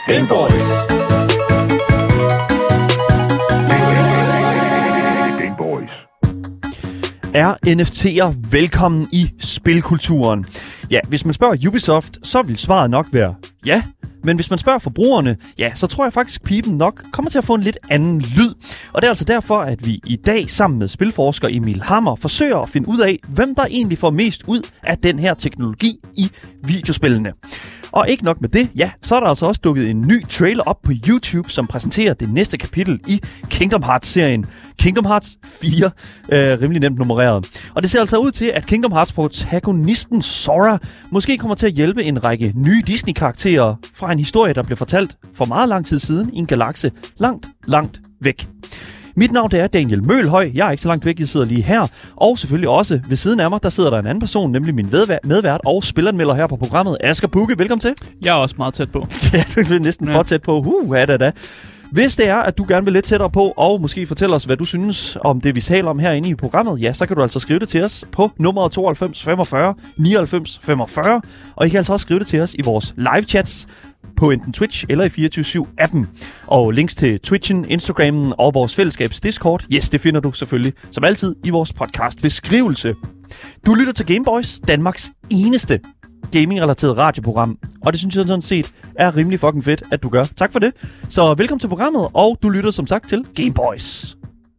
Gameboys. Er NFT'er velkommen i spilkulturen? Ja, hvis man spørger Ubisoft, så vil svaret nok være ja. Men hvis man spørger forbrugerne, ja, så tror jeg faktisk, pipen nok kommer til at få en lidt anden lyd. Og det er altså derfor, at vi i dag sammen med spilforsker Emil Hammer forsøger at finde ud af, hvem der egentlig får mest ud af den her teknologi i videospillene. Og ikke nok med det, ja, så er der altså også dukket en ny trailer op på YouTube, som præsenterer det næste kapitel i Kingdom Hearts-serien. Kingdom Hearts 4, rimelig nemt nummereret. Og det ser altså ud til, at Kingdom Hearts-protagonisten Sora måske kommer til at hjælpe en række nye Disney-karakterer fra en historie, der blev fortalt for meget lang tid siden i en galakse langt, langt væk. Mit navn det er Daniel Mølhøj. Jeg er ikke så langt væk, jeg sidder lige her. Og selvfølgelig også ved siden af mig, der sidder der en anden person, nemlig min medvært og spilanmelder her på programmet, Asger Bukke. Velkommen til. Jeg er også meget tæt på. Ja, du er næsten for tæt på. Da. Hvis det er, at du gerne vil lidt tættere på, og måske fortælle os, hvad du synes om det, vi taler om herinde i programmet, ja, så kan du altså skrive det til os på nummeret 92 45 99 45. Og I kan altså også skrive det til os i vores live chats på enten Twitch eller i 24/7-appen. Og links til Twitchen, Instagrammen og vores fællesskabs Discord, yes, det finder du selvfølgelig som altid i vores podcast-beskrivelse. Du lytter til Gameboys, Danmarks eneste gaming-relateret radioprogram. Og det synes jeg sådan set er rimelig fucking fedt, at du gør. Tak for det. Så velkommen til programmet, og du lytter som sagt til Gameboys.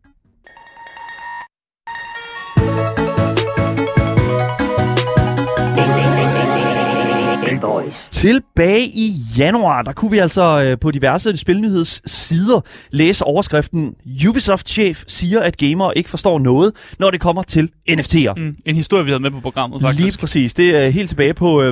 Tilbage i januar, der kunne vi altså på diverse spilnyhedssider læse overskriften: Ubisoft-chef siger, at gamere ikke forstår noget, når det kommer til NFT'er. En historie, vi havde med på programmet, faktisk. Lige præcis. Det er helt tilbage på,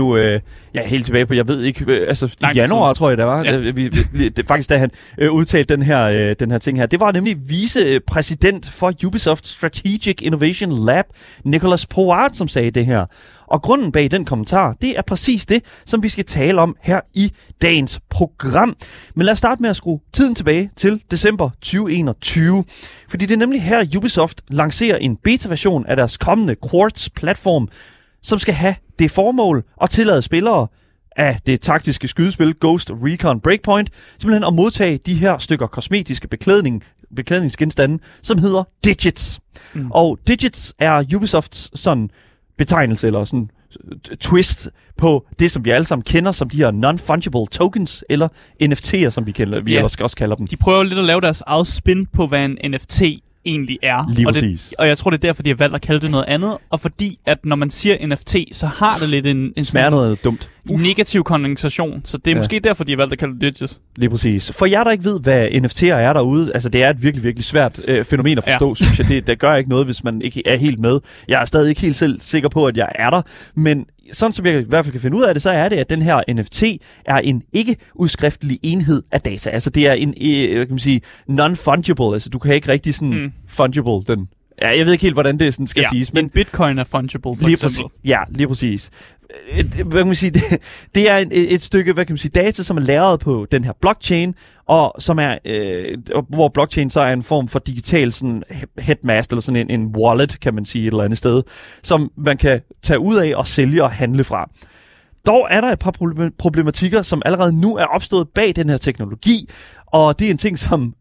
helt tilbage på, jeg ved ikke, januar, tror jeg, det var. Ja. Faktisk, da han udtalte den her ting her. Det var nemlig vicepræsident for Ubisoft Strategic Innovation Lab, Nicolas Poirot, som sagde det her. Og grunden bag den kommentar, det er præcis det, som vi skal tale om her i dagens program. Men lad os starte med at skrue tiden tilbage til december 2021. Fordi det er nemlig her, Ubisoft lancerer en beta-version af deres kommende Quartz-platform, som skal have det formål at tillade spillere af det taktiske skydespil Ghost Recon Breakpoint, simpelthen at modtage de her stykker kosmetiske beklædningsgenstande, som hedder Digits. Og Digits er Ubisofts sådan betegnelse eller sådan twist på det, som vi alle sammen kender som de her non-fungible tokens, eller NFT'er, som vi også kalder dem. De prøver lidt at lave deres eget spin på, hvad en NFT egentlig er. Lige præcis. Og jeg tror, det er derfor, de har valgt at kalde det noget andet. Og fordi, at når man siger NFT, så har det lidt en smager noget dumt. Negativ konnotation. Så det er måske derfor, de har valgt at kalde det Digits. Lige præcis. For jer, der ikke ved, hvad NFT'er er derude, altså det er et virkelig, virkelig svært fænomen at forstå, synes jeg. Det gør ikke noget, hvis man ikke er helt med. Jeg er stadig ikke helt selv sikker på, at jeg er der. Men sådan som jeg i hvert fald kan finde ud af det, så er det, at den her NFT er en ikke-udskriftelig enhed af data. Altså det er en, non-fungible. Altså du kan ikke rigtig sådan fungible den. Ja, jeg ved ikke helt, hvordan det sådan skal siges. Men Bitcoin er fungible, for eksempel. Lige præcis. Hvad kan man sige? Det er et stykke, hvad kan man sige, data, som er lagret på den her blockchain, og som er, hvor blockchain så er en form for digital sådan headmast, eller sådan en wallet, kan man sige, et eller andet sted, som man kan tage ud af og sælge og handle fra. Dog er der et par problematikker, som allerede nu er opstået bag den her teknologi, og det er en ting, som,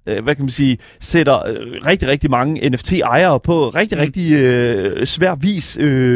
sætter rigtig, rigtig mange NFT-ejere på rigtig svær vis.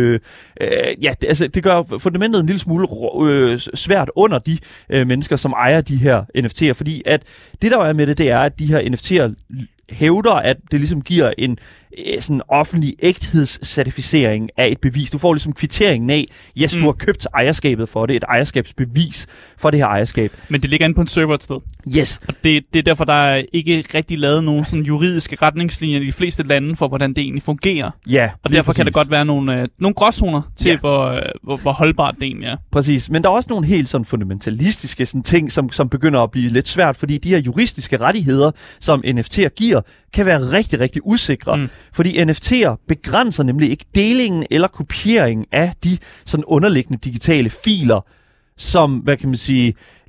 Det gør fundamentet en lille smule svært under de mennesker, som ejer de her NFT'er, fordi at det, der er med det er, at de her NFT'er hævder, at det ligesom giver en sådan offentlig ægthedscertificering af et bevis. Du får ligesom kvitteringen af, du har købt ejerskabet for det, et ejerskabsbevis for det her ejerskab. Men det ligger inde på en server et sted. Yes. Og det er derfor, der er ikke rigtig lavet nogle sådan juridiske retningslinjer i de fleste lande for, hvordan det egentlig fungerer. Ja. Og derfor kan der godt være nogle gråzoner til, hvor holdbart det egentlig er. Præcis. Men der er også nogle helt sådan fundamentalistiske sådan ting, som begynder at blive lidt svært, fordi de her juristiske rettigheder, som NFT'er giver, kan være rigtig, rigtig usikre. Fordi NFT'er begrænser nemlig ikke delingen eller kopieringen af de sådan underliggende digitale filer, som,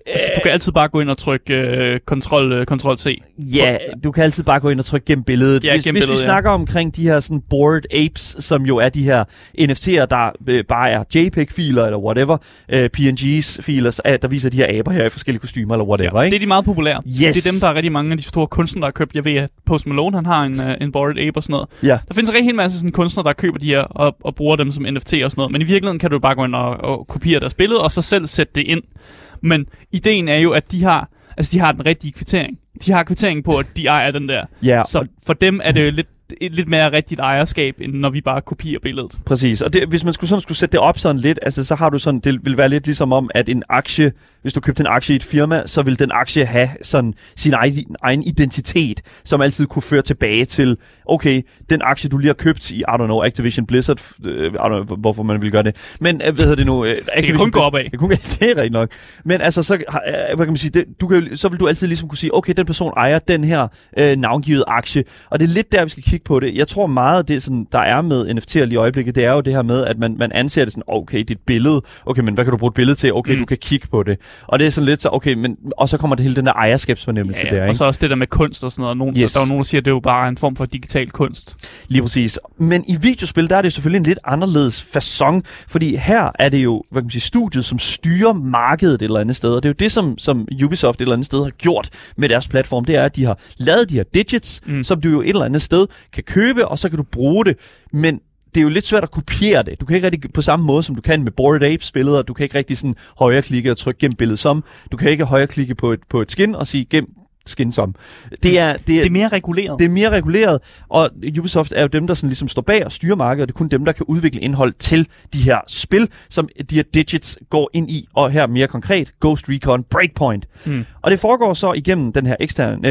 Altså, du kan altid bare gå ind og trykke Ctrl-C. Ja, du kan altid bare gå ind og trykke gennem billedet. Ja, hvis vi snakker omkring de her sådan Bored Apes, som jo er de her NFT'er, der bare er JPEG-filer eller whatever, PNGs-filer, der viser de her aber her i forskellige kostymer eller whatever, ikke? Det er de meget populære. Yes. Det er dem, der er rigtig mange af de store kunstnere, der har købt. Jeg ved, at Post Malone, han har en Bored Ape og sådan noget. Ja. Der findes en hel masse sådan kunstnere, der køber de her og bruger dem som NFT og sådan noget. Men i virkeligheden kan du bare gå ind og kopiere deres billede, og så selv sætte det ind. Men ideen er jo, at de har den rigtige kvittering. De har kvittering på, at de ejer den der. Ja. Så for dem er det jo lidt mere rigtigt ejerskab, end når vi bare kopierer billedet. Præcis, og hvis man skulle sætte det op sådan lidt, altså så har du sådan, det vil være lidt ligesom om, at en aktie, hvis du købte en aktie i et firma, så vil den aktie have sådan sin egen identitet, som altid kunne føre tilbage til, okay, den aktie, du lige har købt i, I don't know, Activision Blizzard, I don't know, hvorfor man vil gøre det, men hvad hedder det nu? Det kan kun gå opad. Det er rigtig nok. Men altså, så, hvad kan man sige, så vil du altid ligesom kunne sige, okay, den person ejer den her navngivede aktie, og det er lidt der, vi skal kigge på det. Jeg tror meget af det, sådan, der er med NFT'er lige i øjeblikket, det er jo det her med, at man anser det sådan, okay, dit billede, okay, men hvad kan du bruge et billede til? Okay, du kan kigge på det. Og det er sådan lidt så, okay, men og så kommer det hele den der ejerskabsfornemmelse der, ikke? Og så også det der med kunst og sådan noget. Der er jo nogen, der siger, at det er jo bare en form for digital kunst. Lige præcis. Men i videospil, der er det selvfølgelig en lidt anderledes facon, fordi her er det jo, hvad kan man sige, studiet, som styrer markedet et eller andet sted, og det er jo det, som Ubisoft et eller andet sted har gjort med deres platform, det er, at de har lavet de her digits, som du jo et eller andet sted kan købe, og så kan du bruge det, men det er jo lidt svært at kopiere det. Du kan ikke rigtig på samme måde, som du kan med Bored Apes-billeder, du kan ikke rigtig sådan højreklikke og trykke gennem billedet som, du kan ikke højreklikke på et skin og sige gem skin som. Det er mere reguleret. Det er mere reguleret, og Ubisoft er jo dem, der sådan ligesom står bag og styrer markedet. Det er kun dem, der kan udvikle indhold til de her spil, som de her digits går ind i, og her mere konkret, Ghost Recon Breakpoint. Og det foregår så igennem den her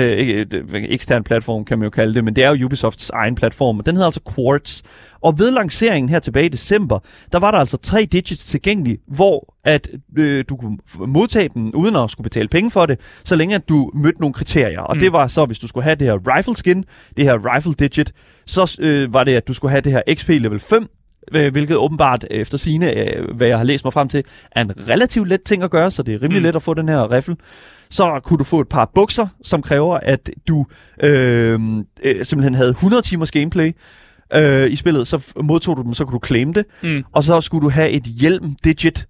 ekstern platform, kan man jo kalde det, men det er jo Ubisofts egen platform, og den hedder altså Quartz. Og ved lanceringen her tilbage i december, der var der altså 3 digits tilgængelige, hvor at du kunne modtage dem, uden at skulle betale penge for det, så længe at du mødte nogle kriterier. Og det var så, hvis du skulle have det her rifle skin, det her rifle digit, så var det, at du skulle have det her XP level 5, hvilket åbenbart efter sigende, hvad jeg har læst mig frem til, er en relativt let ting at gøre, så det er rimelig let at få den her rifle. Så kunne du få et par bukser, som kræver, at du simpelthen havde 100 timers gameplay i spillet, så modtog du dem, så kunne du claim det, og så skulle du have et hjelm-digit,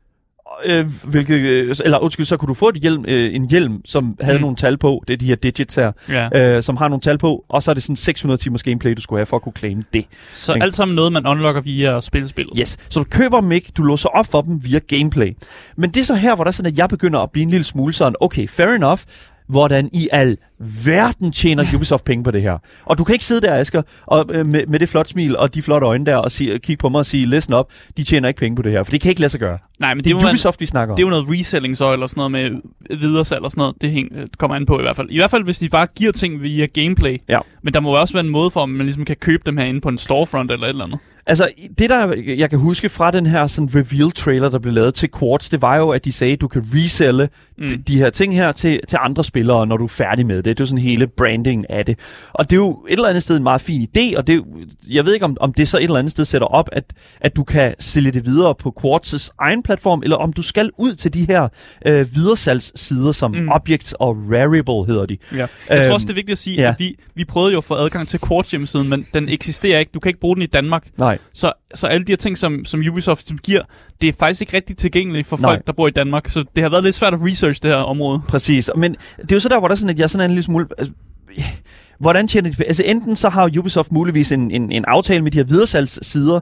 så kunne du få en hjelm, som havde nogle tal på, det er de her digits her, som har nogle tal på, og så er det sådan 600 timers gameplay, du skulle have for at kunne claim det. Så alt sammen noget, man unlocker via spillet? Yes, så du køber dem ikke, du låser op for dem via gameplay. Men det er så her, hvor der er sådan, at jeg begynder at blive en lille smule sådan, okay, fair enough, hvordan i al verden tjener Ubisoft penge på det her. Og du kan ikke sidde der, Asger, og med det flotte smil og de flotte øjne der, og kigge på mig og sige, listen op, de tjener ikke penge på det her, for det kan ikke lade sig gøre. Nej, men det er Ubisoft, vi snakker om. Det er jo noget reselling så, eller sådan noget med videresalg og sådan noget. Det kommer an på i hvert fald. I hvert fald, hvis de bare giver ting via gameplay. Ja. Men der må jo også være en måde for, at man ligesom kan købe dem her inde på en storefront eller et eller andet. Altså, det der, jeg kan huske fra den her sådan reveal-trailer, der blev lavet til Quartz, det var jo, at de sagde, at du kan reselle de her ting her til andre spillere, når du er færdig med det. Det er jo sådan hele branding af det. Og det er jo et eller andet sted en meget fin idé, og det, jeg ved ikke, om det så et eller andet sted sætter op, at du kan sælge det videre på Quartz's egen platform, eller om du skal ud til de her videresalgssider, som Objects og Rarible hedder de. Ja. Jeg tror også, det er vigtigt at sige, at vi prøvede jo at få adgang til Quartz hjemmesiden, men den eksisterer ikke. Du kan ikke bruge den i Danmark. Nej. Så alle de her ting, som Ubisoft giver, det er faktisk ikke rigtig tilgængeligt for folk, der bor i Danmark. Så det har været lidt svært at research det her område. Præcis. Men det er jo så der, hvor der er sådan, at jeg sådan en lille smule... Hvordan tjener de? Altså enten så har Ubisoft muligvis en aftale med de her videresalgssider,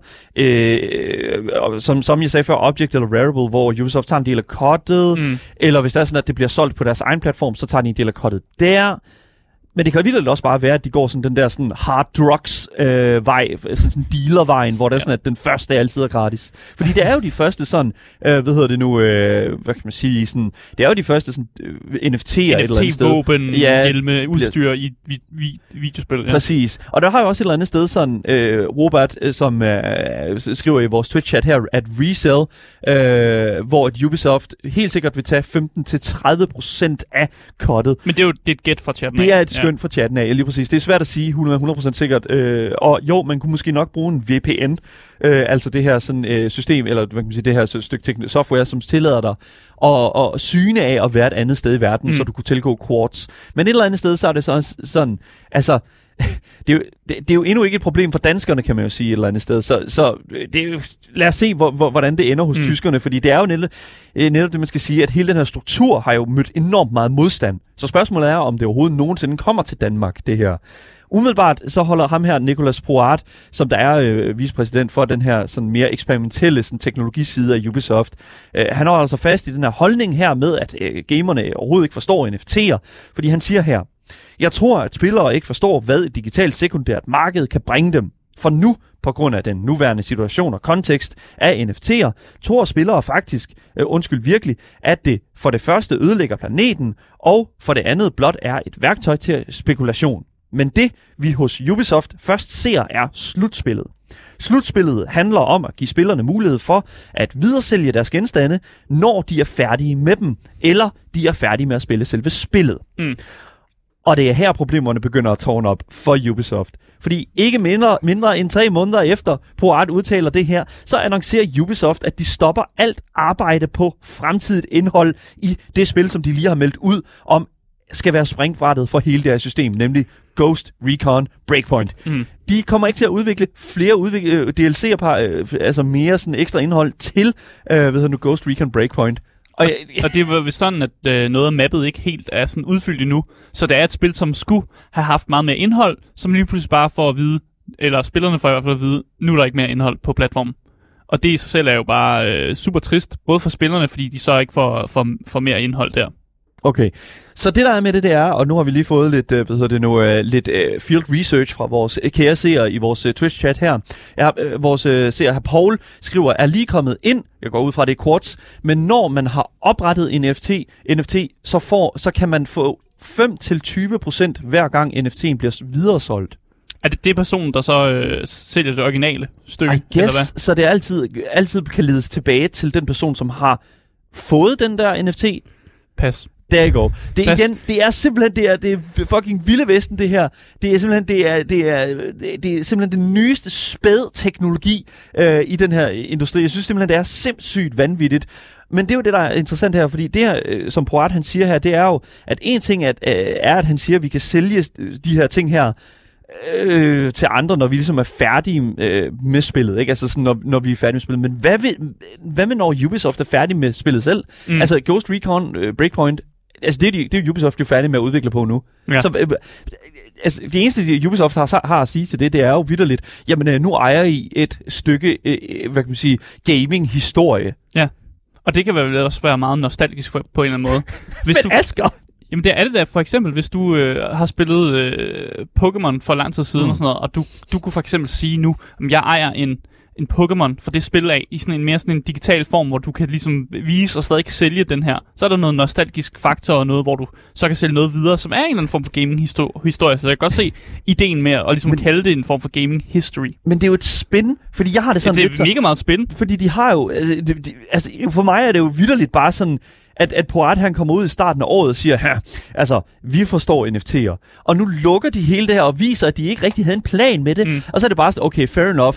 som jeg sagde før, Object eller Rarible, hvor Ubisoft tager en del af cuttet, eller hvis det er sådan, at det bliver solgt på deres egen platform, så tager de en del af cuttet der. Men det kan virkelig også bare være, at de går sådan den der sådan hard drugs vej, sådan dealer-vejen, hvor det er sådan, at den første altid er gratis. Fordi det er jo de første sådan, hvad kan man sige, sådan, det er jo de første sådan NFT'er et eller andet sted. NFT-våben, hjelme, udstyr i videospil. Ja. Præcis. Og der har jo også et eller andet sted sådan, Robert, som skriver i vores Twitch-chat her, at resell, hvor Ubisoft helt sikkert vil tage 15-30% af cuttet. Men det er jo et gæt fra chatten. Det er et skønt for chatten af, lige præcis. Det er svært at sige 100% sikkert. Og jo, man kunne måske nok bruge en VPN, altså det her sådan, system, eller hvad kan man sige, det her stykke software, som tillader dig at syne af at være et andet sted i verden, så du kunne tilgå Quartz. Men et eller andet sted, så er det sådan, altså, det er jo endnu ikke et problem for danskerne, kan man jo sige, et eller andet sted. Så det er jo, lad os se, hvordan det ender hos tyskerne, fordi det er jo netop det, man skal sige, at hele den her struktur har jo mødt enormt meget modstand. Så spørgsmålet er, om det overhovedet nogensinde kommer til Danmark, det her. Umiddelbart så holder ham her, Nicolas Proard, som der er vicepræsident for den her sådan mere eksperimentelle sådan, teknologiside af Ubisoft. Han holder altså fast i den her holdning her med, at gamerne overhovedet ikke forstår NFT'er, fordi han siger her: jeg tror, at spillere ikke forstår, hvad et digitalt sekundært marked kan bringe dem. For nu, på grund af den nuværende situation og kontekst af NFT'er, tror spillere faktisk, virkelig, at det for det første ødelægger planeten, og for det andet blot er et værktøj til spekulation. Men det, vi hos Ubisoft først ser, er slutspillet. Slutspillet handler om at give spillerne mulighed for at videresælge deres genstande, når de er færdige med dem, eller de er færdige med at spille selve spillet. Og det er her, problemerne begynder at tårne op for Ubisoft. Fordi ikke mindre end 3 måneder efter Proard udtaler det her, så annoncerer Ubisoft, at de stopper alt arbejde på fremtidigt indhold i det spil, som de lige har meldt ud om, skal være springbrættet for hele det her system, nemlig Ghost Recon Breakpoint. De kommer ikke til at udvikle flere DLC'er, altså mere sådan ekstra indhold til Ghost Recon Breakpoint. Og det var vist sådan, at noget af mappet ikke helt er sådan udfyldt endnu. Så det er et spil, som skulle have haft meget mere indhold, som lige pludselig bare får at vide, eller spillerne får i hvert fald at vide, nu er der ikke mere indhold på platformen. Og det i sig selv er jo bare super trist, både for spillerne, fordi de så ikke får mere indhold der. Okay, så det der er med det er, og nu har vi lige fået lidt, lidt field research fra vores kære seere i vores Twitch-chat her. Vores seer her Paul skriver, er lige kommet ind, jeg går ud fra det Quartz, men når man har oprettet en NFT, så kan man få 5-20% hver gang NFT'en bliver videresolgt. Er det personen, der så sælger det originale stykke? I guess, eller hvad? Så det altid kan ledes tilbage til den person, som har fået den der NFT. Pas. Der går. Det er simpelthen det er fucking vilde vesten det her. Det er simpelthen den nyeste spæd teknologi i den her industri. Jeg synes simpelthen det er sindssygt vanvittigt. Men det er jo det der er interessant her, fordi det her, som Proard han siger her, det er jo at en ting er at han siger at vi kan sælge de her ting her til andre, når vi ligesom er færdige med spillet, ikke? Altså sådan, når vi er færdige med spillet. Men hvad med når Ubisoft er færdig med spillet selv? Altså Ghost Recon Breakpoint, altså det er Ubisoft jo færdig med at udvikle på nu. Ja. Så altså, det eneste Ubisoft har at sige til det er jo vitterligt, jamen nu ejer I et stykke, hvad kan man sige, gaming-historie. Ja, og det kan vel også være meget nostalgisk på en eller anden måde. Men Asger! Jamen det er det da, for eksempel, hvis du har spillet Pokémon for lang tid siden og sådan noget, og du kunne for eksempel sige nu, at jeg ejer en Pokémon for det spil af, i sådan en mere sådan en digital form, hvor du kan ligesom vise og stadig kan sælge den her. Så er der noget nostalgisk faktor og noget, hvor du så kan sælge noget videre, som er en eller anden form for gaming-historie. Så jeg kan godt se ideen med at ligesom kalde det en form for gaming-history. Men det er jo et spin, fordi jeg har det sådan lidt... Det er mega meget spin. Fordi de har jo... Altså, for mig er det jo vitterligt bare sådan... At Proard han kommer ud i starten af året og siger, her, altså, vi forstår NFT'er. Og nu lukker de hele det her og viser, at de ikke rigtig havde en plan med det. Og så er det bare sådan, okay, fair enough.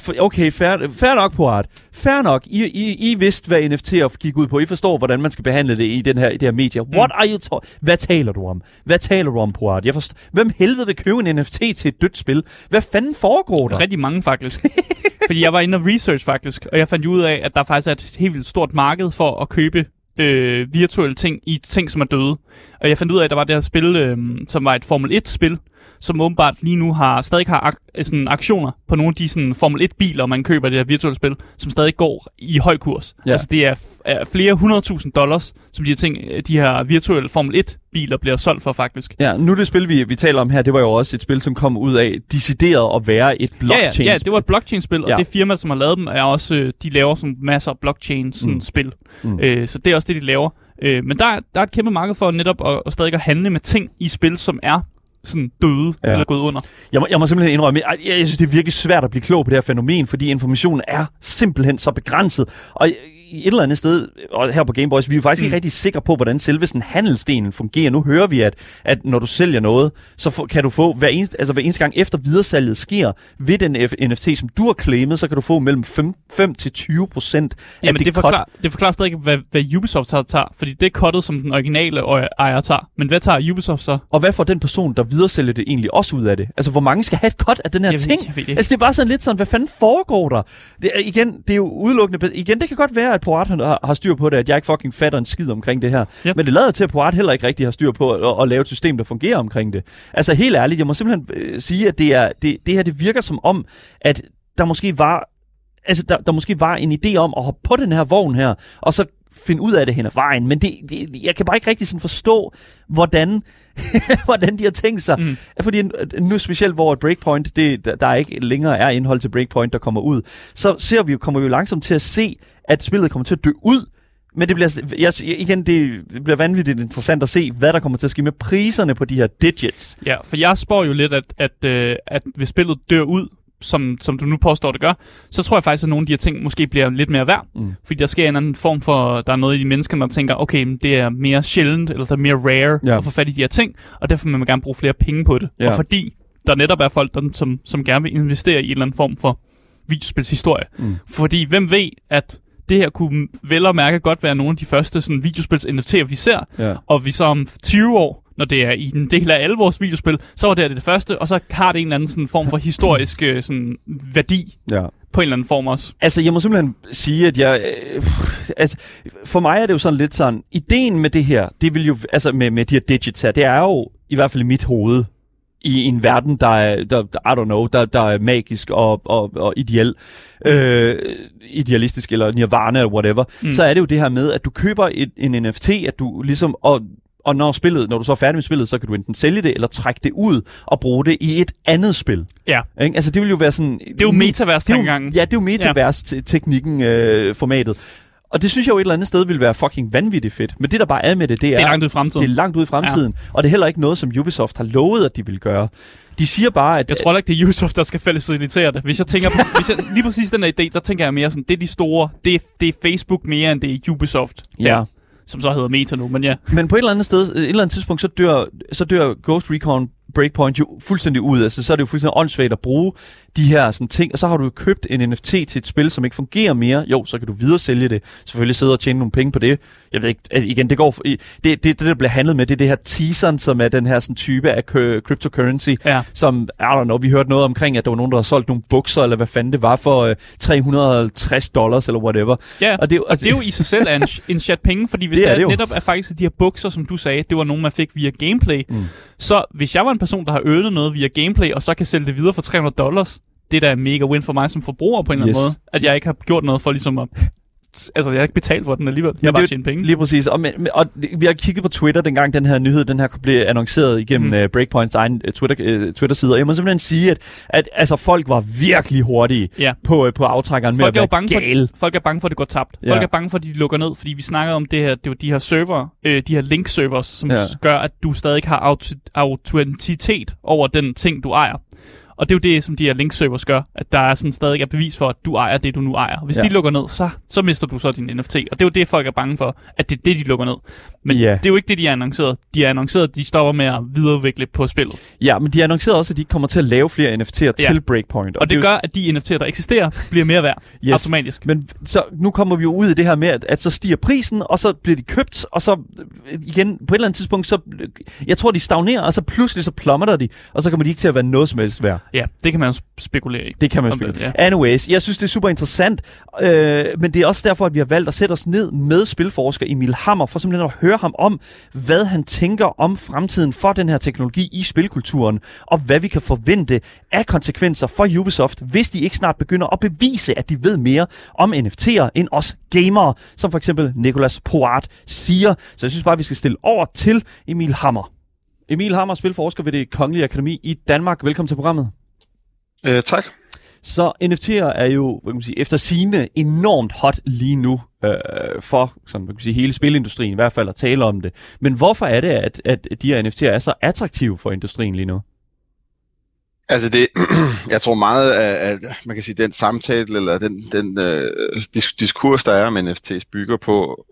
Fair nok, Proard. Fair nok. I vidste, hvad NFT'er gik ud på. I forstår, hvordan man skal behandle det i det her medie. What are you talking? Hvad taler du om? Hvad taler du om, Proard? Hvem helvede vil købe en NFT til et dødt spil? Hvad fanden foregår der? Rigtig mange, faktisk. Fordi jeg var inde og research, faktisk. Og jeg fandt ud af, at der faktisk er et helt vildt stort marked for at købe virtuelle ting i ting, som er døde. Og jeg fandt ud af, at der var det her spil, som var et Formel 1-spil, som åbenbart lige nu stadig har sådan aktioner på nogle af de sådan Formel 1-biler, man køber det her virtuelle spil, som stadig går i høj kurs. Ja. Altså det er flere $100,000, som de her virtuelle Formel 1-biler bliver solgt for faktisk. Ja, nu det spil, vi taler om her, det var jo også et spil, som kom ud af decideret at være et blockchain-spil. Ja, det var et blockchain-spil, og det firma, som har lavet dem, er også, de laver sådan masser af blockchain-spil. Så det er også det, de laver. Men der er et kæmpe marked for netop at stadig at handle med ting i spil, som er sådan døde eller gået under. Jeg må simpelthen indrømme, jeg synes, det er virkelig svært at blive klog på det her fænomen, fordi informationen er simpelthen så begrænset. Og et eller andet sted, og her på Game Boys, vi er jo faktisk ikke rigtig sikre på, hvordan selve sådan handelsdelen fungerer. Nu hører vi, at når du sælger noget, så kan du få hver eneste gang efter videresalget sker ved den NFT, som du har claimet, så kan du få mellem 5 til 20% af det forklarer stadig ikke, hvad Ubisoft tager, fordi det er cuttet, som den originale ejer tager. Men hvad tager Ubisoft så? Og hvad får den person, der videresælger det egentlig også ud af det? Altså, hvor mange skal have et cut af den her ting? Altså, det er bare sådan lidt sådan, hvad fanden foregår der? Det er jo udelukkende... Igen, det kan godt være, at Porat har styr på det, at jeg ikke fucking fatter en skid omkring det her. Yep. Men det lader til, at Porat heller ikke rigtig har styr på at lave et system, der fungerer omkring det. Altså, helt ærligt, jeg må simpelthen sige, at det her, det virker som om, at der måske var... Altså, der måske var en idé om at hoppe på den her vogn her, og så finde ud af det hen ad vejen. Men jeg kan bare ikke rigtig sådan forstå, hvordan de har tænkt sig. Fordi nu specielt, hvor Breakpoint, der ikke længere er indhold til Breakpoint, der kommer ud, så kommer vi jo langsomt til at se, at spillet kommer til at dø ud. Men det bliver vanvittigt interessant at se, hvad der kommer til at ske med priserne på de her digits. Ja, for jeg spår jo lidt, at hvis spillet dør ud, som du nu påstår, det gør, så tror jeg faktisk, at nogle af de her ting måske bliver lidt mere værd. Fordi der sker en anden form for, der er noget i de mennesker, der tænker, okay, det er mere sjældent, eller det er mere rare at få fat i de her ting, og derfor vil man gerne bruge flere penge på det. Ja. Og fordi der netop er folk, som gerne vil investere i en eller anden form for videospilshistorie. Fordi hvem ved, at det her kunne vel og mærke godt være nogle af de første sådan, videospils-NFT'er, vi ser, og vi så om 20 år, når det er i en del af alle vores videospil, så var det første, og så har det en eller anden sådan form for historisk sådan, værdi på en eller anden form også. Altså, jeg må simpelthen sige, at for mig er det jo sådan lidt sådan, ideen med det her, det vil jo, altså med de her digits her, det er jo i hvert fald i mit hoved, i en verden, der er magisk og ideel, idealistisk eller nirvana eller whatever, så er det jo det her med, at du køber en NFT, at du ligesom, og når du så er færdig med spillet, så kan du enten sælge det, eller trække det ud og bruge det i et andet spil. Ja. Altså det vil jo være sådan... Det er jo metavers-tankegangen. Ja, det er jo metavers-teknikken, formatet. Og det synes jeg jo et eller andet sted ville være fucking vanvittigt fedt. Men det, der bare er med det er langt ud i fremtiden. Det er langt ud i fremtiden. Ja. Og det er heller ikke noget, som Ubisoft har lovet, at de vil gøre. De siger bare, at... Jeg tror ikke, det er Ubisoft, der skal facilitere det. Hvis jeg lige præcis den her idé, der tænker jeg mere sådan, det er de store... Det er Facebook mere, end det er Ubisoft. Ja. Som så hedder Meta nu, men ja. Men på et eller andet sted, et eller andet tidspunkt, så dør Ghost Recon Breakpoint jo fuldstændig ud. Altså, så er det jo fuldstændig åndssvagt at bruge de her sådan ting, og så har du jo købt en NFT til et spil, som ikke fungerer mere. Jo, så kan du videre sælge det. Selvfølgelig sidde og tjene nogle penge på det. Jeg ved ikke, altså igen, det går... Det der bliver handlet med, det er det her teaseren, som er den her sådan type af cryptocurrency, som, I don't know, vi hørte noget omkring, at der var nogen, der har solgt nogle bukser, eller hvad fanden det var, for $360 eller whatever. Ja, og det er jo i sig selv en chat penge, fordi hvis det netop er faktisk de her bukser, som du sagde, det var nogen, man fik via gameplay, så hvis jeg var en person, der har earnet noget via gameplay, og så kan sælge det videre for $300, det der er mega win for mig som forbruger på en eller anden måde, at jeg ikke har gjort noget for ligesom at... Altså, jeg har ikke betalt for den alligevel. Jeg har bare tjent penge. Lige præcis. Og vi har kigget på Twitter, dengang den her nyhed, den her blev annonceret igennem Breakpoints egen Twitter-side. Og jeg må simpelthen sige, at altså, folk var virkelig hurtige på aftrækkeren med at være gale. Folk er bange for, at det går tabt. Folk er bange for, at de lukker ned, fordi vi snakkede om det her, det var de her server, de her link-servers, som gør, at du stadig har autenticitet over den ting, du ejer. Og det er jo det, som de her link-servers gør, at der er sådan stadig er bevis for, at du ejer det, du nu ejer. Hvis de lukker ned, så mister du så din NFT. Og det er jo det, folk er bange for, at det er det, de lukker ned. Men det er jo ikke det, de har annonceret. De har annonceret, at de stopper med at videreudvikle på spillet. Ja, men de har annonceret også, at de kommer til at lave flere NFT'er til Breakpoint. Og det gør, at de NFT'er, der eksisterer, bliver mere værd automatisk. Men så nu kommer vi jo ud i det her med, at så stiger prisen, og så bliver de købt, og så igen, på et eller andet tidspunkt, så jeg tror, de stagnerer, og så pludselig så plummeter de, og så kommer de ikke til at være noget som helst værd. Ja, det kan man jo spekulere i. Det kan man spekulere. Anyways, jeg synes, det er super interessant, men det er også derfor, at vi har valgt at sætte os ned med spilforsker Emil Hammer, for simpelthen at høre ham om, hvad han tænker om fremtiden for den her teknologi i spilkulturen, og hvad vi kan forvente af konsekvenser for Ubisoft, hvis de ikke snart begynder at bevise, at de ved mere om NFT'er end os gamere, som for eksempel Nicolas Porat siger. Så jeg synes bare, vi skal stille over til Emil Hammer. Emil Hammer, spilforsker ved Det Kongelige Akademi i Danmark. Velkommen til programmet. Tak. Så NFT'er er jo, hvad kan man sige, efter sigende enormt hot lige nu for sådan, hvad kan man sige, hele spilindustrien, i hvert fald at tale om det. Men hvorfor er det, at de her NFT'er er så attraktive for industrien lige nu? Altså det, jeg tror meget af, man kan sige, den samtale, eller den diskurs, der er om NFT's, bygger på,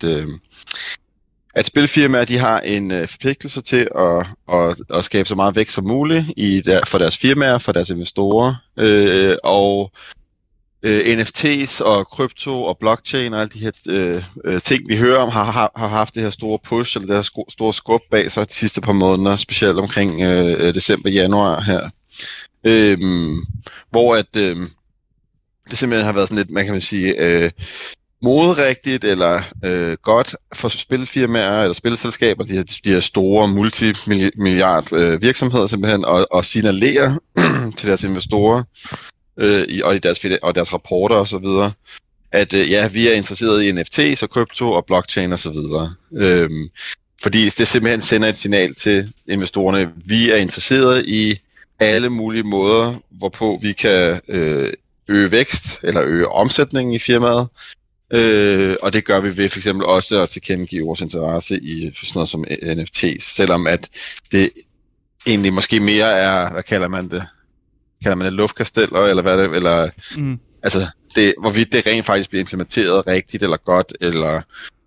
at spilfirmaer, de har en forpligtelse til at skabe så meget vækst som muligt for deres firmaer, for deres investorer, og NFT's og krypto og blockchain og alle de her ting, vi hører om, har haft det her store push, eller det her store skub bag sig de sidste par måneder, specielt omkring december-januar her. Hvor det simpelthen har været sådan lidt, man kan sige, moderigtigt eller godt for spilfirmaer eller spilselskaber, de her store multimilliard virksomheder simpelthen, og signalere til deres investorer og deres rapporter og så videre, at ja, vi er interesseret i NFT's og krypto og blockchain og så videre. Fordi det simpelthen sender et signal til investorerne, vi er interesseret i alle mulige måder, hvorpå vi kan øge vækst eller øge omsætningen i firmaet. Og det gør vi ved for eksempel også at tilkendegive vores interesse i sådan noget som NFT's, selvom at det egentlig måske mere er, hvad kalder man det? Kalder man det luftkasteller, eller hvad det, eller altså det, hvorvidt det rent faktisk bliver implementeret rigtigt eller godt, eller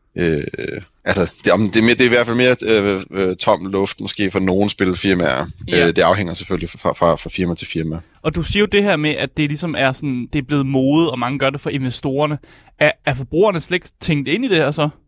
altså det er i hvert fald mere tom luft måske for nogle spilfirmaer. Det afhænger selvfølgelig fra firma til firma. Og du siger jo det her med, at det ligesom er sådan, det er blevet mode, og mange gør det for investorerne. Er forbrugerne slet ikke tænkt ind i det her så?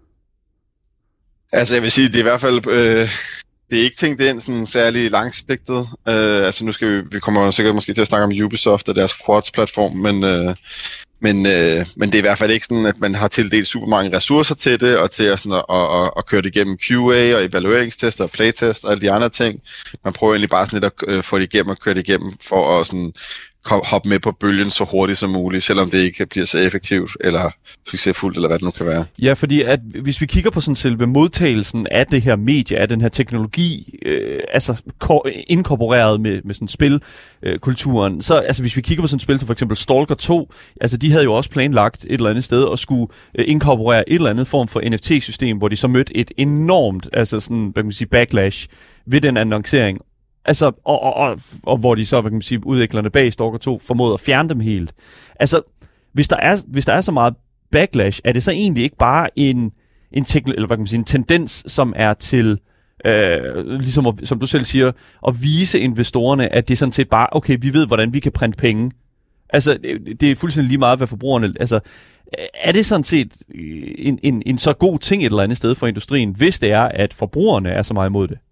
Altså jeg vil sige, det er i hvert fald det er ikke tænkt ind sådan særlig langsigtet. Altså nu skal vi kommer sikkert måske til at snakke om Ubisoft og deres Quartz-platform, men det er i hvert fald ikke sådan, at man har tildelt super mange ressourcer til det, og til at køre det igennem QA og evalueringstester og playtest og alle de andre ting. Man prøver egentlig bare sådan lidt at få det igennem og køre det igennem for at sådan hoppe med på bølgen så hurtigt som muligt, selvom det ikke bliver så effektivt eller succesfuldt, eller hvad det nu kan være. Ja, fordi at hvis vi kigger på sådan selve modtagelsen af det her medie, af den her teknologi, altså inkorporeret med sådan spilkulturen, så altså hvis vi kigger på sådan et spil som for eksempel Stalker 2, altså de havde jo også planlagt et eller andet sted at skulle inkorporere et eller andet form for NFT-system, hvor de så mødte et enormt, altså sådan, hvad kan man sige, backlash ved den annoncering. Altså, og hvor de så, hvad kan man sige, udviklerne bag Stalker 2 formåede at fjerne dem helt. Altså, hvis der er så meget backlash, er det så egentlig ikke bare eller hvad kan man sige, en tendens, som er til, ligesom som du selv siger, at vise investorerne, at det er sådan set bare, okay, vi ved, hvordan vi kan printe penge. Altså, det er fuldstændig lige meget, hvad forbrugerne, altså, er det sådan set en så god ting et eller andet sted for industrien, hvis det er, at forbrugerne er så meget imod det?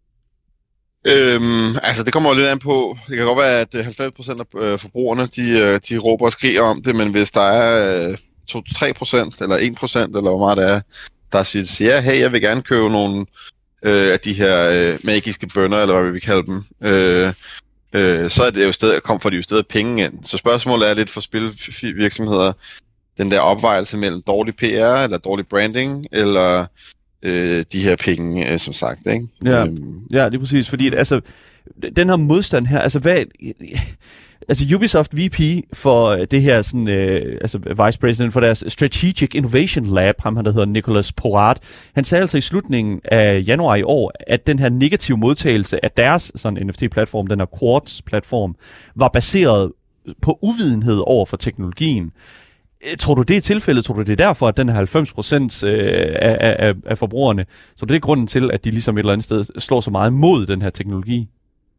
Altså det kommer jo lidt an på. Det kan godt være, at 90% af forbrugerne, de råber og skriger om det, men hvis der er 2-3% eller 1%, eller hvor meget det er, der siger, ja, hey, jeg vil gerne købe nogle af de her magiske bønner, eller hvad vi vil kalde dem, så er det jo får de jo stadig penge ind. Så spørgsmålet er lidt for spilvirksomheder, den der opvejelse mellem dårlig PR, eller dårlig branding, eller de her penge, som sagt, ikke? Ja, det er præcis, fordi altså, den her modstand her, altså Ubisoft VP for det her sådan, altså Vice President for deres Strategic Innovation Lab, ham der hedder Nicolas Porat, han sagde altså i slutningen af januar i år, at den her negative modtagelse af deres sådan NFT-platform, den her Quartz-platform, var baseret på uvidenhed over for teknologien. Tror du, det er tilfældet? Tror du, det er derfor, at den her 90% af forbrugerne, så det er grunden til, at de ligesom et eller andet sted slår så meget mod den her teknologi?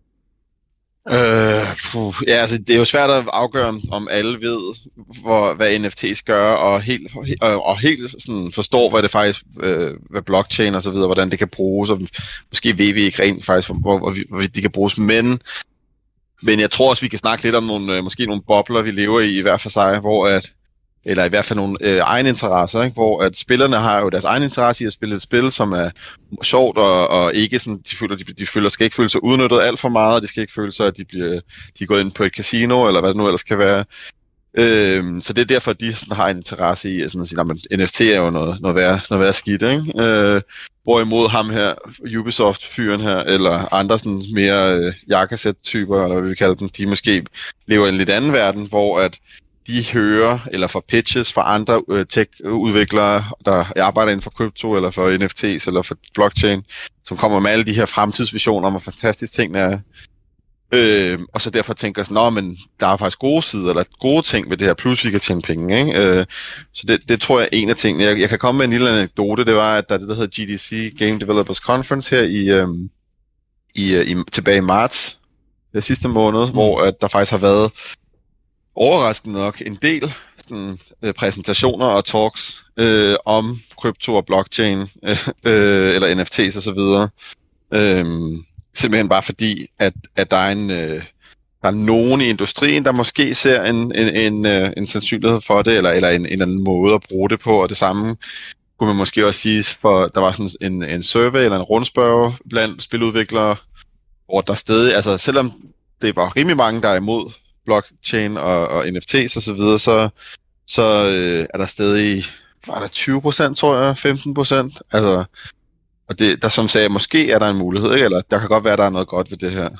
Ja, altså det er jo svært at afgøre, om alle ved, hvad NFT's gør, og helt sådan forstår, hvad det faktisk, hvad blockchain og så videre, hvordan det kan bruges, og måske ved vi ikke rent faktisk, hvor de kan bruges, men jeg tror også, vi kan snakke lidt om måske nogle bobler, vi lever i hver for sig, eller i hvert fald nogle egne interesser, ikke? Hvor at spillerne har jo deres egen interesse i at spille et spil, som er sjovt, og ikke sådan, de skal ikke føle sig udnyttet alt for meget, og de skal ikke føle sig, at de er gået ind på et casino, eller hvad det nu ellers kan være. Så det er derfor, at de sådan har en interesse i sådan at sige, at NFT er jo noget værd skidt, ikke? Hvorimod ham her, Ubisoft-fyren her, eller andre sådan mere jakkesæt-typer, eller hvad vi kalder dem, de måske lever i en lidt anden verden, hvor at de hører eller får pitches fra andre tech-udviklere, der arbejder inden for krypto, eller for NFT's, eller for blockchain, som kommer med alle de her fremtidsvisioner om, hvor fantastisk tingene er. Og så derfor tænker sådan, men der er faktisk gode sider, eller gode ting ved det her, plus vi kan tjene penge, ikke? Så det tror jeg er en af tingene. Jeg kan komme med en lille anekdote, det var, at der er det, der hedder GDC, Game Developers Conference, her tilbage i marts sidste måned, hvor at der faktisk har været overraskende nok en del sådan, præsentationer og talks om krypto og blockchain, eller NFT's og så videre. Simpelthen bare fordi, at der er nogen i industrien, der måske ser en sandsynlighed for det, eller en anden måde at bruge det på, og det samme kunne man måske også sige, for der var sådan en survey eller en rundspørge blandt spiludviklere, hvor der stadig, altså selvom det var rimelig mange, der er imod blockchain og NFT's og så videre, så er der stadig, var der 20%, tror jeg, 15%, altså. Og det, der som sagde, måske er der en mulighed, ikke? Eller der kan godt være, at der er noget godt ved det her.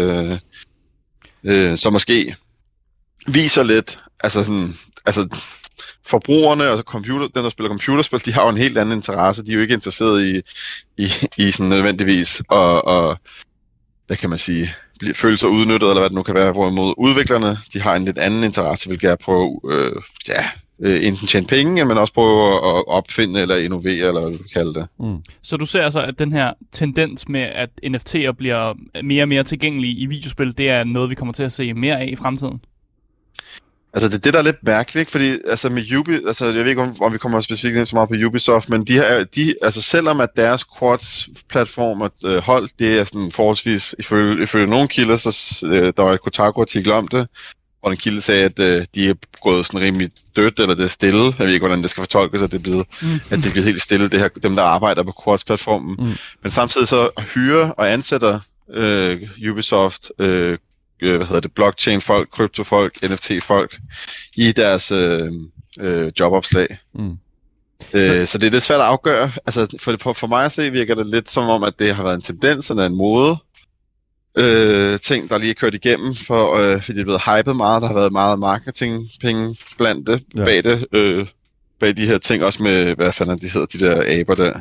Så måske viser lidt, altså forbrugerne og den, der spiller computerspil, de har jo en helt anden interesse. De er jo ikke interesseret i sådan nødvendigvis og hvad kan man sige, føle sig udnyttet, eller hvad det nu kan være, hvorimod udviklerne, de har en lidt anden interesse, hvilket er på enten tjene penge, men også prøve at opfinde eller innovere, eller hvad du vil kalde det. Så du ser altså, at den her tendens med, at NFT'er bliver mere og mere tilgængelige i videospil, det er noget, vi kommer til at se mere af i fremtiden? Altså det der er lidt mærkeligt, fordi altså med jeg ved ikke, om vi kommer specifikt ind så meget på Ubisoft, men altså selvom at deres Quartz-platform og hold, det er sådan forholdsvis, ifølge nogle kilder, så der var et Kotaku-artikel om det, og en kilde sagde, at de er gået sådan rimelig dødt, eller det er stille. Jeg ved ikke, hvordan det skal fortolkes, at det er blevet helt stille, det her, dem der arbejder på Quartz-platformen. Men samtidig så hyrer og ansætter Ubisoft blockchain-folk, krypto-folk, NFT-folk i deres jobopslag. Så det er lidt svært at afgøre. Altså for mig at se, virker det lidt som om, at det har været en tendens eller en mode, ting, der lige er kørt igennem, fordi det er blevet hypet meget. Der har været meget marketingpenge blandt det, bag de her ting, også med, hvad fanden de hedder, de der aber der.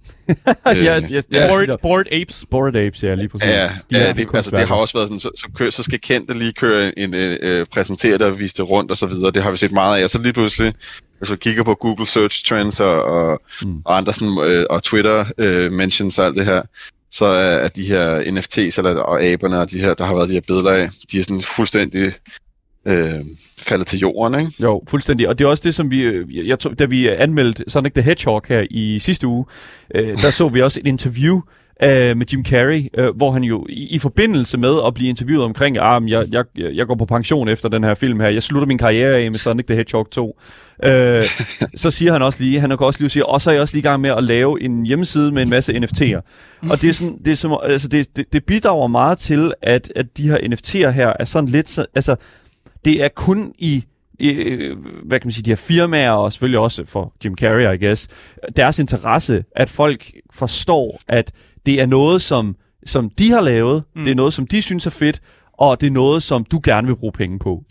Bored Apes. Bored Apes, ja, lige præcis. Det har også været sådan, så skal kendte lige køre præsentere det og vise det rundt og så videre. Det har vi set meget af. Og så lige pludselig, hvis du kigger på Google Search Trends og andre sådan, og Twitter mentions og alt det her, så er de her NFT's og aberne og de her, der har været de her billeder af, de er sådan fuldstændig faldet til jorden, ikke? Jo, fuldstændig. Og det er også det, som da vi anmeldte Sonic the Hedgehog her i sidste uge, der så vi også et interview med Jim Carrey, hvor han jo i forbindelse med at blive interviewet omkring, jeg går på pension efter den her film her, jeg slutter min karriere af med Sonic the Hedgehog 2. Så siger han også lige, han kan også lige sige, og så er jeg også lige i gang med at lave en hjemmeside med en masse NFT'er. Og det bidrager meget til, at de her NFT'er her er sådan lidt, altså det er kun i hvad kan man sige, de her firmaer, og selvfølgelig også for Jim Carrey, I guess, deres interesse, at folk forstår, at det er noget, som de har lavet, det er noget, som de synes er fedt, og det er noget, som du gerne vil bruge penge på.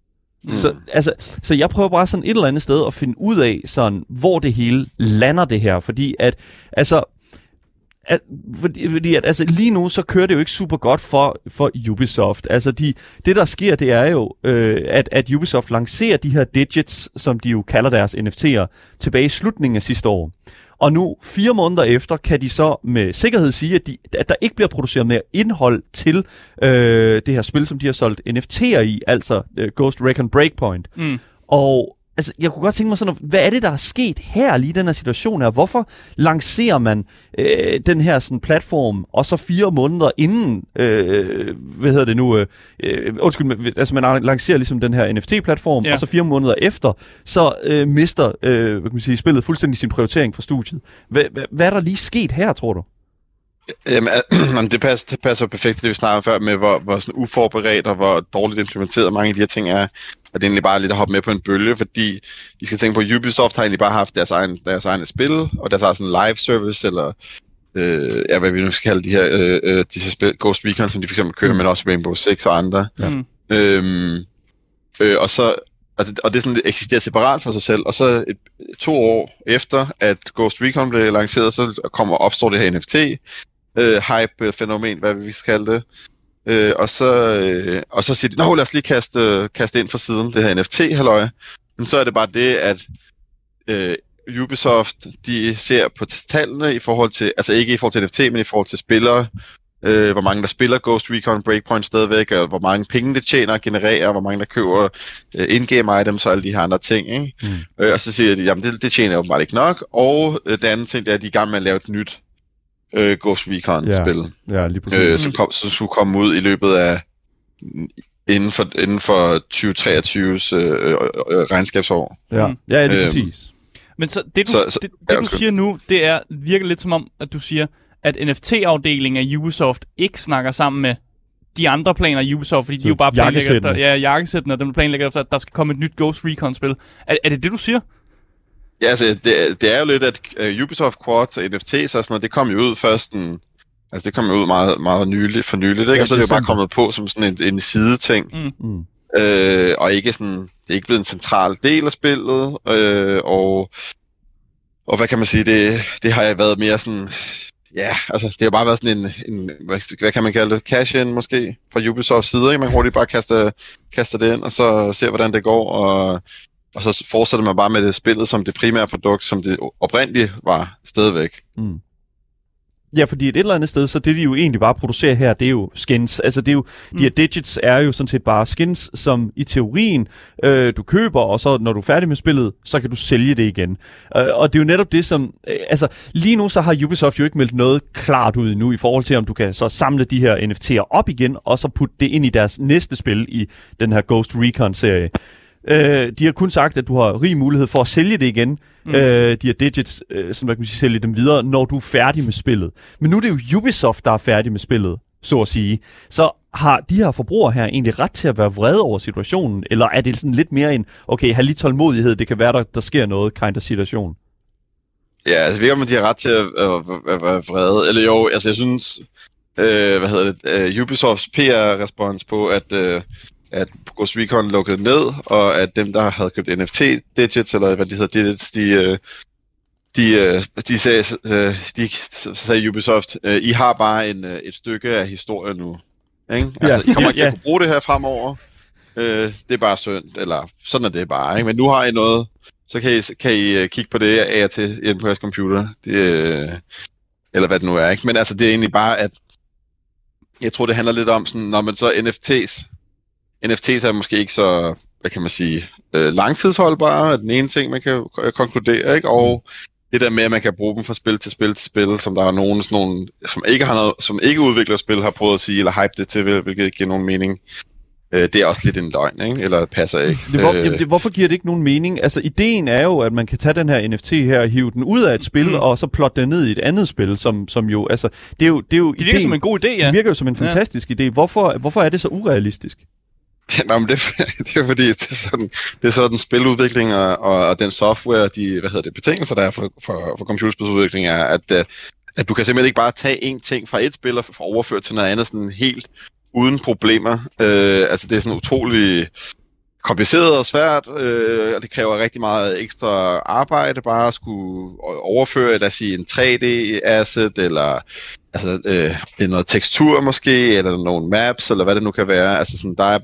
Så jeg prøver bare sådan et eller andet sted at finde ud af, sådan, hvor det hele lander det her, fordi at lige nu så kører det jo ikke super godt for Ubisoft. Altså det der sker, det er jo at Ubisoft lancerer de her digits, som de jo kalder deres NFT'er, tilbage i slutningen af sidste år. Og nu 4 måneder efter kan de så med sikkerhed sige, at der ikke bliver produceret mere indhold til det her spil, som de har solgt NFT'er i, altså Ghost Recon Breakpoint. Og altså, jeg kunne godt tænke mig sådan, hvad er det, der er sket her, lige i den her situation her? Hvorfor lancerer man den her sådan platform, og så 4 måneder inden, man lancerer ligesom den her NFT-platform, og så 4 måneder efter, så mister hvad kan man sige, spillet fuldstændig sin prioritering fra studiet. Hvad er der lige sket her, tror du? Jamen, det passer perfekt til det, vi snakkede før, med hvor sådan uforberedt og hvor dårligt implementeret mange af de her ting er. Og det er egentlig bare lidt at hoppe med på en bølge, fordi vi skal tænke på, at Ubisoft har egentlig bare haft deres egne spil, og deres egen sådan live service, eller hvad vi nu skal kalde de her disse spil, Ghost Recon, som de for eksempel kører, men også Rainbow Six og andre. Og så og det sådan, det eksisterer separat for sig selv, og så 2 år efter, at Ghost Recon blev lanceret, så opstår det her NFT hype-fænomen, hvad vi skal kalde det. og så siger de, lad os lige kaste ind for siden, det her NFT-halløje. Men så er det bare det, at Ubisoft, de ser på tallene i forhold til, altså ikke i forhold til NFT, men i forhold til spillere, hvor mange der spiller Ghost Recon Breakpoint stadigvæk, og hvor mange penge det tjener og genererer, hvor mange der køber in-game items og alle de her andre ting, ikke? Og så siger de, jamen det tjener åbenbart ikke nok, og det andet ting, det er, at de er i gang med at lave et nyt Ghost Recon-spil, lige præcis. som skulle komme ud i løbet af inden for 2023's regnskabsår. Ja, lige præcis. Men så det du siger nu, det virker lidt som om, at du siger, at NFT-afdelingen af Ubisoft ikke snakker sammen med de andre planer af Ubisoft, fordi de jo bare planlægger efter, jakkesættene, og dem planlægger efter, at der skal komme et nyt Ghost Recon-spil. Er det du siger? Ja, altså, det er jo lidt, at Ubisoft Quartz og NFT's og sådan noget, det kom jo ud først altså det kom jo ud meget, meget for nyligt, ikke? Og så er det jo bare kommet på som sådan en sideting. Og ikke sådan, det er ikke blevet en central del af spillet, og hvad kan man sige, det har været mere sådan, ja, altså det har bare været sådan en hvad kan man kalde det, cash-in måske, fra Ubisofts side, ikke? Man hurtigt bare kaster det ind, og så ser hvordan det går, og så fortsætter man bare med det spillet som det primære produkt, som det oprindeligt var stadigvæk. Ja, fordi et eller andet sted, så det de jo egentlig bare producerer her, det er jo skins. Altså det er jo, de her digits er jo sådan set bare skins, som i teorien du køber, og så når du er færdig med spillet, så kan du sælge det igen. Og det er jo netop det, som... altså lige nu så har Ubisoft jo ikke meldt noget klart ud nu i forhold til, om du kan så samle de her NFT'er op igen, og så putte det ind i deres næste spil i den her Ghost Recon-serie. De har kun sagt, at du har rig mulighed for at sælge det igen, de her digits, som man kan sige, sælge dem videre, når du er færdig med spillet. Men nu er det jo Ubisoft, der er færdig med spillet, så at sige. Så har de her forbrugere her egentlig ret til at være vrede over situationen, eller er det sådan lidt mere en, okay, have lidt tålmodighed, det kan være, der sker noget, kind of situation? Ja, altså jeg ved ikke, om de har ret til at være vrede. Eller jo, altså jeg synes, Ubisofts PR-respons på, at Ghost Recon lukkede ned, og at dem, der havde købt NFT-digits, eller hvad de hedder, digits, de sagde Ubisoft, I har bare et stykke af historien nu. Ikke? Altså, I kommer ikke til at kunne bruge det her fremover. Det er bare synd, eller sådan er det bare. Ikke? Men nu har I noget, så kan I kigge på det af og til inde på jeres computer. Eller hvad det nu er. Ikke? Men altså, det er egentlig bare, at jeg tror, det handler lidt om, sådan, når man så NFT's er måske ikke så, hvad kan man sige, langtidsholdbare, er den ene ting, man kan konkludere, ikke? Og det der med, at man kan bruge dem fra spil til spil, som der er nogen, som ikke har noget, som ikke udvikler spil, har prøvet at sige, eller hype det til, hvilket ikke giver nogen mening. Det er også lidt en løgn, ikke? Eller passer ikke. Hvorfor giver det ikke nogen mening? Altså, ideen er jo, at man kan tage den her NFT her og hive den ud af et spil, og så plotte den ned i et andet spil, som jo, altså, det er jo det virker som en god idé, ja. Det virker jo som en fantastisk idé. Hvorfor er det så urealistisk? Nej, men det er fordi, det er sådan spiludvikling og den software, betingelser, der er for computerspilsudvikling, er, at du kan simpelthen ikke bare tage en ting fra et spil og overføre til noget andet sådan helt uden problemer. Altså det er sådan utrolig kompliceret og svært, og det kræver rigtig meget ekstra arbejde bare at skulle overføre, lad os sige, en 3D-asset, eller altså, noget tekstur måske, eller nogle maps, eller hvad det nu kan være. Altså sådan, der er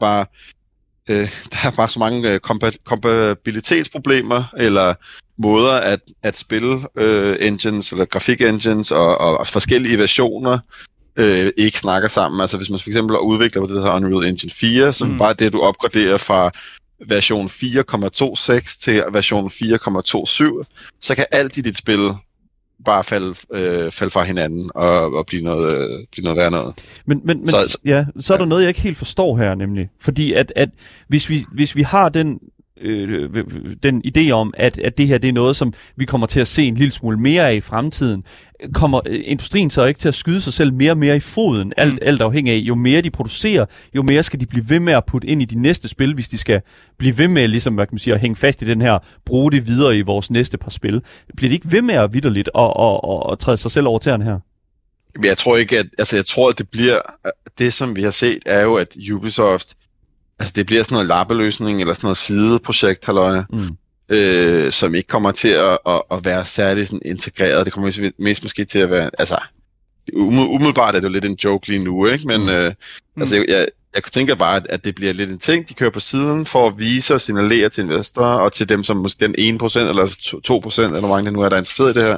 bare så mange kompatibilitetsproblemer, eller måder at spille engines, eller grafik-engines, og forskellige versioner, ikke snakker sammen. Altså hvis man for eksempel udvikler på det her Unreal Engine 4, så bare det, du opgraderer fra version 4.26 til version 4.27, så kan alt i dit spil bare falde fra hinanden og blive noget værd noget. Men så er der noget, jeg ikke helt forstår her, nemlig. Fordi at hvis vi har den idé om, at det her det er noget, som vi kommer til at se en lille smule mere af i fremtiden, kommer industrien så ikke til at skyde sig selv mere og mere i foden, alt afhængig af, jo mere de producerer, jo mere skal de blive ved med at putte ind i de næste spil, hvis de skal blive ved med, ligesom, hvad kan man sige, at hænge fast i den her, bruge det videre i vores næste par spil. Bliver de ikke ved med at vitterligt og træde sig selv over tæerne her? Jeg tror ikke, jeg tror, at det bliver, det som vi har set, er jo, at Ubisoft, altså det bliver sådan noget lappeløsning, eller sådan noget sideprojekt, som ikke kommer til at være særlig sådan integreret. Det kommer mest måske til at være, altså, umiddelbart er det jo lidt en joke lige nu, ikke? Men altså, jeg tænker bare, at det bliver lidt en ting, de kører på siden for at vise og signalere til investorer, og til dem, som måske den 1% eller 2%, eller hvor mange det nu er, der er interesseret i det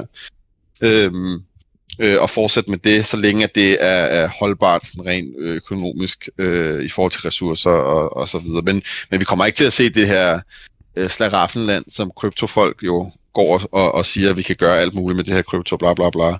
her, og fortsætte med det, så længe at det er holdbart rent økonomisk i forhold til ressourcer og så videre. Men vi kommer ikke til at se det her slaraffenland, som kryptofolk jo går og siger, at vi kan gøre alt muligt med det her krypto, bla bla bla.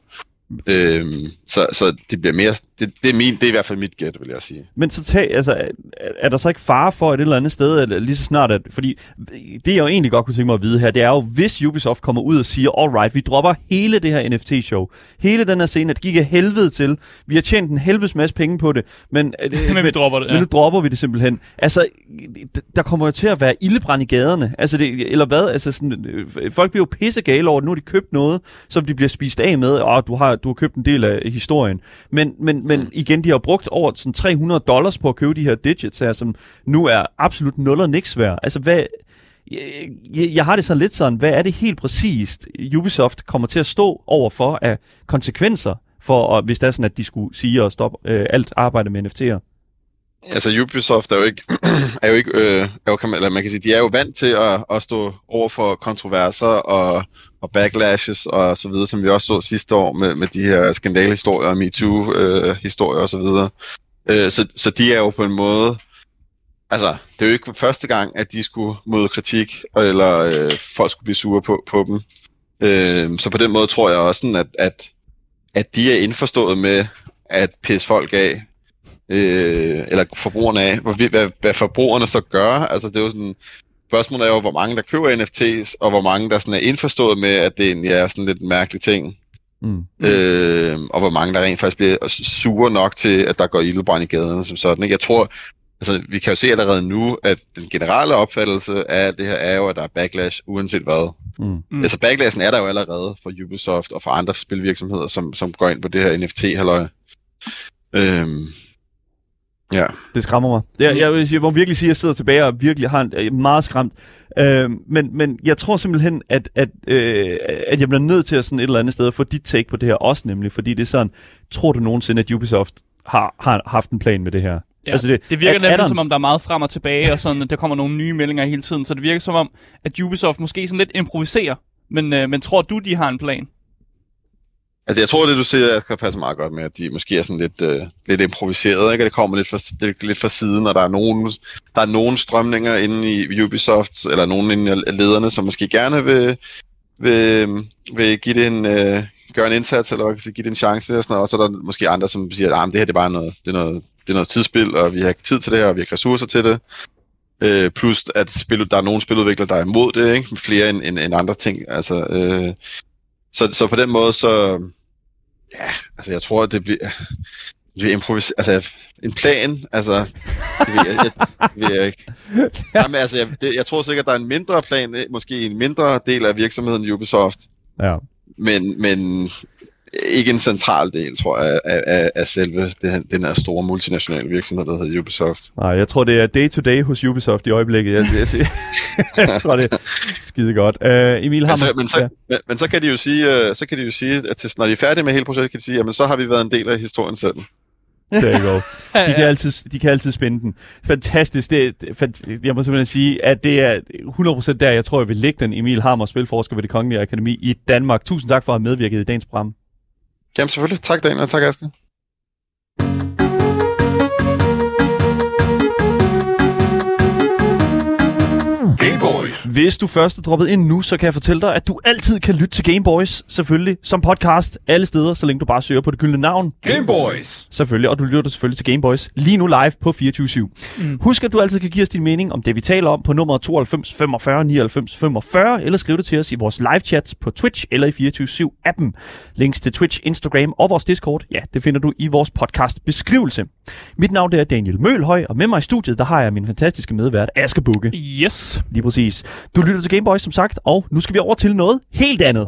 Så det bliver mere, det er i hvert fald mit gæt, vil jeg sige. Men så er der så ikke fare for et eller andet sted, eller lige så snart, fordi det jeg jo egentlig godt kunne tænke mig at vide her, det er jo, hvis Ubisoft kommer ud og siger, alright, vi dropper hele det her NFT-show, hele den her scene, det gik af helvede til, vi har tjent en helvedes masse penge på det, men vi dropper det, men nu dropper vi det simpelthen. Altså, der kommer jo til at være ildebrand i gaderne, altså eller hvad, altså sådan, folk bliver jo pissegale over, at nu har de købt noget, som de bliver spist af med, og du har købt en del af historien. Men igen, de har brugt over sådan $300 på at købe de her digits her, som nu er absolut nul og niks værd. Altså, hvad... Jeg har det sådan lidt sådan, hvad er det helt præcist, Ubisoft kommer til at stå over for af konsekvenser, for, hvis det er sådan, at de skulle sige at stoppe alt arbejde med NFT'er? Altså Ubisoft er jo ikke, eller man kan sige, de er jo vant til at stå over for kontroverser og backlashes og så videre, som vi også så sidste år med de her skandalehistorier, MeToo-historier og så videre. Så de er jo på en måde, altså det er jo ikke første gang, at de skulle møde kritik, eller folk skulle blive sure på dem. Så på den måde tror jeg også sådan, at de er indforstået med at pisse folk af, eller forbrugerne af, hvad forbrugerne så gør. Altså det er jo sådan, spørgsmålet er jo, hvor mange der køber NFTs, og hvor mange der sådan er indforstået med, at det egentlig er sådan lidt en mærkelig ting. Og hvor mange der rent faktisk bliver sure nok til, at der går ildebrand i gaderne som sådan. Ikke? Jeg tror, altså vi kan jo se allerede nu, at den generelle opfattelse af det her er jo, at der er backlash uanset hvad. Altså backlashen er der jo allerede for Ubisoft og for andre spilvirksomheder, som går ind på det her NFT-halløj. Ja. Det skræmmer mig. Jeg må virkelig sige, at jeg sidder tilbage og virkelig har meget skræmt. Men jeg tror simpelthen, at jeg bliver nødt til at sådan et eller andet sted at få dit take på det her også, nemlig fordi det er sådan, tror du nogensinde, at Ubisoft har haft en plan med det her? Ja, altså det virker nemlig som om, der er meget frem og tilbage, og sådan, der kommer nogle nye meldinger hele tiden, så det virker som om, at Ubisoft måske sådan lidt improviserer, men tror du, de har en plan? Altså jeg tror, det du siger, jeg skal passe meget godt med, at de måske er sådan lidt improviseret, ikke? Og det kommer lidt fra siden, og der er nogle strømninger inde i Ubisoft, eller nogle af lederne, som måske gerne vil give det gøre en indsats, eller give det en chance, og sådan noget. Og så er der måske andre, som siger, at det her det er bare noget tidsspil, og vi har ikke tid til det her, og vi har ikke ressourcer til det. Plus at der er nogle spiludviklere, der er imod det, ikke? Flere end andre ting. Altså, så på den måde, så ja, altså jeg tror, det bliver improviseret, altså en plan, altså det ved jeg ikke. Jamen, altså, jeg tror sikkert, der er en mindre plan, måske en mindre del af virksomheden Ubisoft, ja. Men ikke en central del, tror jeg, af selve den her store multinationale virksomhed, der hedder Ubisoft. Nej, jeg tror, det er day-to-day hos Ubisoft i øjeblikket. Jeg tror, det er skide godt. Emil Hammer. Men så kan de jo sige, at når de er færdige med hele projektet, kan de sige, jamen så har vi været en del af historien selv. There you go. De kan altid spænde den. Fantastisk. Jeg må simpelthen sige, at det er 100% der, jeg tror, jeg vil lægge den. Emil Hammer, spilforsker ved Det Kongelige Akademi i Danmark. Tusind tak for at have medvirket i dagens program. Jamen selvfølgelig. Tak Daniel, og tak Asger. Hvis du først er droppet ind nu, så kan jeg fortælle dig, at du altid kan lytte til Gameboys, selvfølgelig, som podcast alle steder, så længe du bare søger på det gyldne navn. Gameboys! Selvfølgelig, og du lytter selvfølgelig til Gameboys lige nu live på 24/7. Husk, at du altid kan give os din mening om det, vi taler om på nummer 92 45 99 45, eller skriv det til os i vores live-chats på Twitch eller i 24/7-appen. Links til Twitch, Instagram og vores Discord, ja, det finder du i vores podcast-beskrivelse. Mit navn er Daniel Mølhøj, og med mig i studiet, der har jeg min fantastiske medvært, Asger Bugge. Yes! Lige præcis. Du lytter til Gameboys, som sagt, og nu skal vi over til noget helt andet.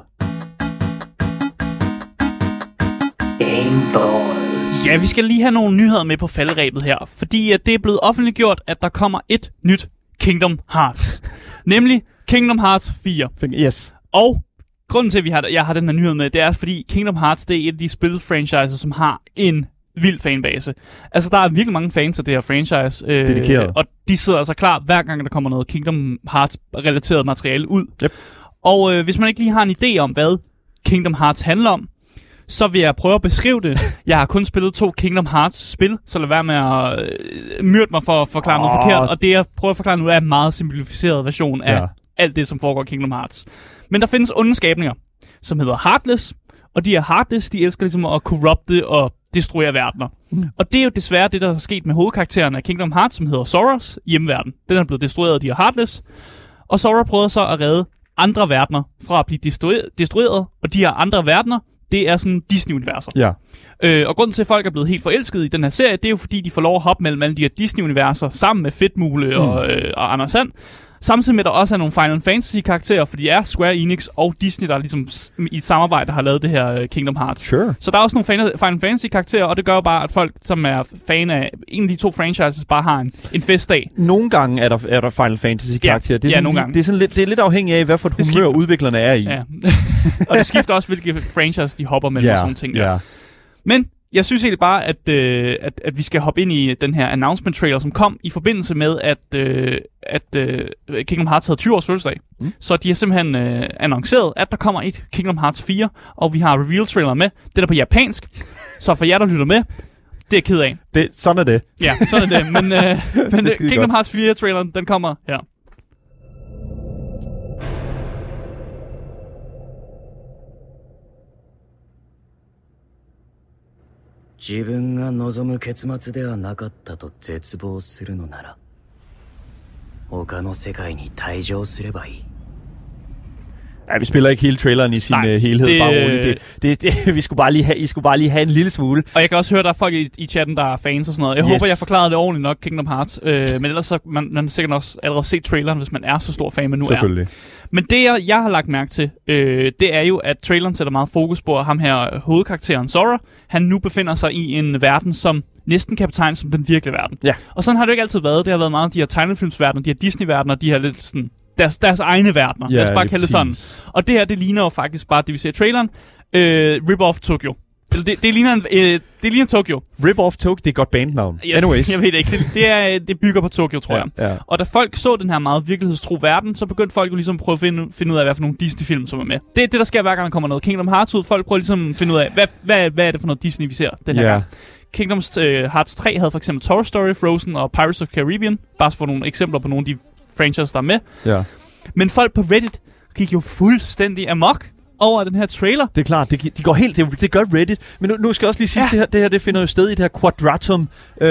Gameboys. Ja, vi skal lige have nogle nyheder med på falderebet her, fordi det er blevet offentliggjort, at der kommer et nyt Kingdom Hearts. Nemlig Kingdom Hearts 4. Yes. Og grunden til, at jeg har den her nyhed med, det er, fordi Kingdom Hearts, det er et af de spil-franchises, som har en vild fanbase. Altså, der er virkelig mange fans af det her franchise. Dedikeret. Og de sidder altså klar, hver gang der kommer noget Kingdom Hearts-relateret materiale ud. Yep. Og hvis man ikke lige har en idé om, hvad Kingdom Hearts handler om, så vil jeg prøve at beskrive det. Jeg har kun spillet 2 Kingdom Hearts-spil, så lad være med at myrde mig for at forklare noget forkert. Og det, jeg prøver at forklare nu, er en meget simplificeret version af alt det, som foregår i Kingdom Hearts. Men der findes onde skabninger, som hedder Heartless. Og de her Heartless, de elsker ligesom at corrupte og destruere verdener. Og det er jo desværre det, der er sket med hovedkarakteren af Kingdom Hearts, som hedder Soras hjemverden. Den er blevet destrueret af de her Heartless. Og Sora prøvede så at redde andre verdener fra at blive destrueret. Og de her andre verdener, det er sådan Disney-universer. Ja. Og grunden til, at folk er blevet helt forelskede i den her serie, det er jo fordi, de får lov at hoppe mellem alle de her Disney-universer, sammen med Fedtmule og Anders Sand. Samtidig med, at der også er nogle Final Fantasy-karakterer, for de er Square Enix og Disney, der ligesom i et samarbejde har lavet det her Kingdom Hearts. Sure. Så der er også nogle Final Fantasy-karakterer, og det gør jo bare, at folk, som er fan af en af de 2 franchises, bare har en festdag. Nogle gange er der Final Fantasy-karakterer. Ja, nogle gange. Det er lidt afhængigt af, hvad for et humør udviklerne er i. Ja. Og det skifter også, hvilke franchises de hopper mellem og sådan ting. Ja. Men jeg synes egentlig bare, at vi skal hoppe ind i den her announcement trailer, som kom i forbindelse med, at Kingdom Hearts havde 20 års fødselsdag. Så de har simpelthen annonceret, at der kommer et Kingdom Hearts 4, og vi har reveal-trailer med. Det er på japansk, så for jer, der lytter med, det er ked af. Sådan er det. Ja, sådan er det. Men Kingdom Hearts 4-traileren, den kommer her. 自分が望む結末ではなかったと絶望するのなら他の世界に退場すればいい. Ja, vi spiller ikke hele traileren i sin helhed, bare roligt. Vi skulle bare lige have en lille smule. Og jeg kan også høre, at der er folk i chatten, der er fans og sådan noget. Jeg håber, jeg forklarede det ordentligt nok, Kingdom Hearts. Men ellers så man har sikkert også allerede set traileren, hvis man er så stor fan, man nu er. Men det, jeg har lagt mærke til, det er jo, at traileren sætter meget fokus på, at ham her hovedkarakteren Sora, han nu befinder sig i en verden, som næsten kan betegnes som den virkelige verden. Ja. Og sådan har det ikke altid været. Det har været meget af de her tegnefilmsverdener, de her Disney-verdener, de her lidt sådan deres egne verdener. Lad os bare kalde det sådan. Og det her, det ligner jo faktisk bare, det vi ser i traileren, Rip-Off Tokyo. Det ligner Tokyo. Rip-Off Tokyo, det er et godt bandnavn. Anyways. Jeg ved det ikke. Det bygger på Tokyo, tror jeg. Ja. Og da folk så den her meget virkelighedstro verden, så begyndte folk jo ligesom at prøve at finde ud af, hvad for nogle Disney-film, som er med. Det er det, der sker hver gang, der kommer noget Kingdom Hearts ud. Folk prøver ligesom at finde ud af, hvad er det for noget Disney, vi ser den her gang. Kingdom Hearts 3 havde for eksempel Toy Story, Frozen og Pirates of the Caribbean. Bare for nogle eksempler på nogle af de franchises, der er med. Ja. Men folk på Reddit gik jo fuldstændig amok over den her trailer. Det er klart, de går helt, det gør Reddit. Men nu skal jeg også lige sige, det her finder jo sted i det her Quadratum,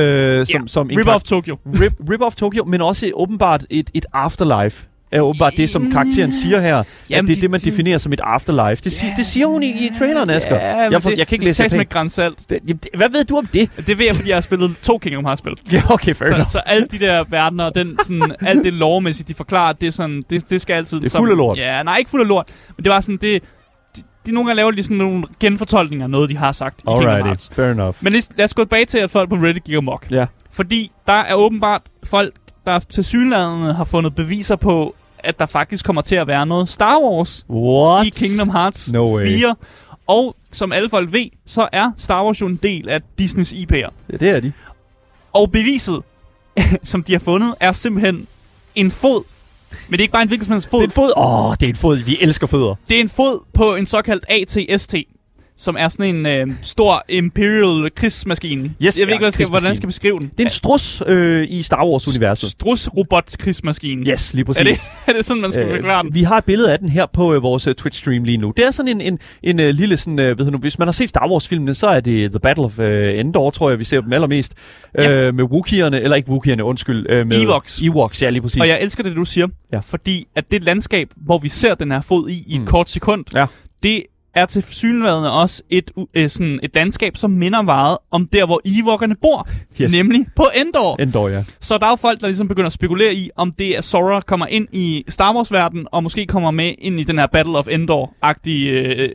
som Rip-Off Tokyo. Rip-Off Tokyo, men også åbenbart et afterlife. Er åbenbart det, som karakteren siger her. Jamen, det er det, man definerer som et afterlife. Det siger hun i traileren, Asger. Jeg kan ikke læse det. Med grænsalt. Hvad ved du om det? Det ved jeg, fordi jeg har spillet 2 Kingdom Hearts-spil. Ja, okay, fair enough. Så alle de der verdener, alt det lovmæssigt, de forklarer, det er sådan, det skal altid... Det er fuld af lort. Ja, nej, ikke fuld af lort. Men det var sådan, de nogle gange laver de sådan nogle genfortolkninger af noget, de har sagt i Kingdom Hearts. Fair enough. Men lad os gå tilbage til, at folk på Reddit gik amok. Ja. Fordi der er åbenbart folk, der tilsyneladende har fundet beviser på, at der faktisk kommer til at være noget Star Wars i Kingdom Hearts 4. Og som alle folk ved, så er Star Wars jo en del af Disneys IP'er. Ja, det er de. Og beviset, som de har fundet, er simpelthen en fod. Men det er ikke bare en hvilken som helst fod. Det er en fod. Det er en fod. Vi elsker fødder. Det er en fod på en såkaldt AT-ST, som er sådan en stor Imperial krigsmaskine. Yes, jeg ved ikke, hvordan jeg skal beskrive den. Det er en strus i Star Wars-universet. Strus-robot-krigsmaskine. Yes, lige præcis. Er det sådan, man skal forklare den? Vi har et billede af den her på vores Twitch-stream lige nu. Det er sådan en lille sådan, hvis man har set Star Wars-filmene, så er det The Battle of Endor, tror jeg, vi ser dem allermest. Med Wookieerne, eller ikke Wookieerne, undskyld. Med Ewoks, ja, lige præcis. Og jeg elsker det, du siger, fordi at det landskab, hvor vi ser den her fod i et kort sekund, det er tilsyneladende også et landskab, som minder meget om der, hvor Ewokkerne bor. Yes. Nemlig på Endor. Endor, ja. Så der er jo folk, der ligesom begynder at spekulere i, om det er Sora kommer ind i Star Wars-verdenen, og måske kommer med ind i den her Battle of Endor-agtige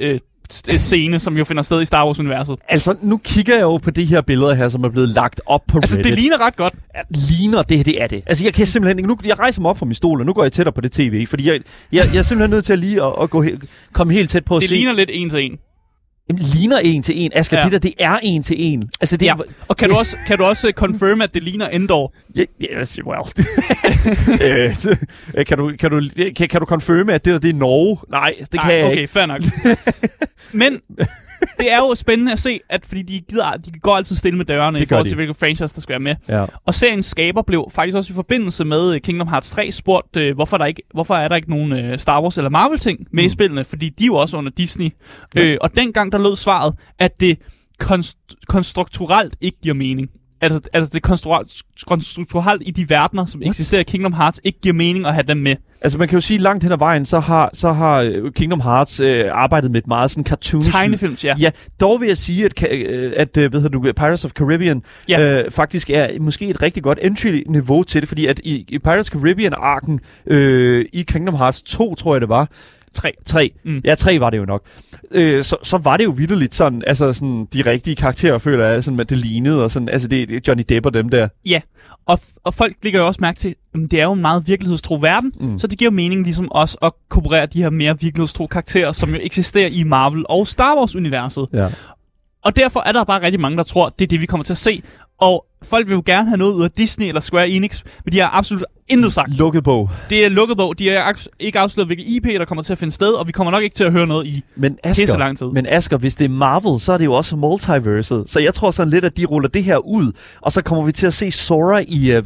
scene, som jo finder sted i Star Wars-universet. Altså, nu kigger jeg jo på de her billeder her, som er blevet lagt op på Reddit. Altså, det ligner ret godt. Ligner det er det. Altså, jeg kan simpelthen ikke... Nu, jeg rejser mig op fra min stol, og nu går jeg tættere på det tv, fordi jeg er simpelthen nødt til at lige at komme helt tæt på at se... Det ligner lidt en til en. Jamen, ligner en til en. Asger, det er en til en. Altså, det Og kan du også confirm, at det ligner Endor? Yes, well. Kan du confirme, at det er Norge? Nej, det kan jeg ikke. Okay, fair nok. Men det er jo spændende at se, at fordi de går altid stille med dørene i forhold til, hvilke franchise, der skal være med. Ja. Og seriens skaber blev faktisk også i forbindelse med Kingdom Hearts 3 spurgt, hvorfor er der ikke nogen Star Wars eller Marvel-ting med i spillene, fordi de er jo også under Disney. Ja. Og dengang der lød svaret, at det konstrukturelt ikke giver mening. Altså det konstrukturelt i de verdener, som eksisterer i Kingdom Hearts, ikke giver mening at have dem med. Altså man kan jo sige, langt hen ad vejen, så har Kingdom Hearts arbejdet med et meget sådan cartoonish... Tegnefilms, ja. Ja, dog vil jeg sige, at Pirates of Caribbean faktisk er måske et rigtig godt entry-niveau til det, fordi at i Pirates of Caribbean-arken i Kingdom Hearts 2, tror jeg det var, 3. Ja, 3 var det jo nok. Så var det jo vitterligt sådan, altså sådan, de rigtige karakterer, føler jeg, sådan, at det lignede, og sådan, altså det er Johnny Depp og dem der. Ja, og folk lægger jo også mærke til, at det er jo en meget virkelighedstro verden, så det giver mening ligesom også at kopiere de her mere virkelighedstro karakterer, som jo eksisterer i Marvel og Star Wars-universet. Ja. Og derfor er der bare rigtig mange, der tror, det er det, vi kommer til at se. Og folk vil jo gerne have noget ud af Disney eller Square Enix, men de har absolut intet sagt. Lukket bog. Det er lukket bog. De har ikke afsløret, hvilke IP, der kommer til at finde sted, og vi kommer nok ikke til at høre noget i så lang tid. Men Asger, hvis det er Marvel, så er det jo også multiverset. Så jeg tror sådan lidt, at de ruller det her ud, og så kommer vi til at se Sora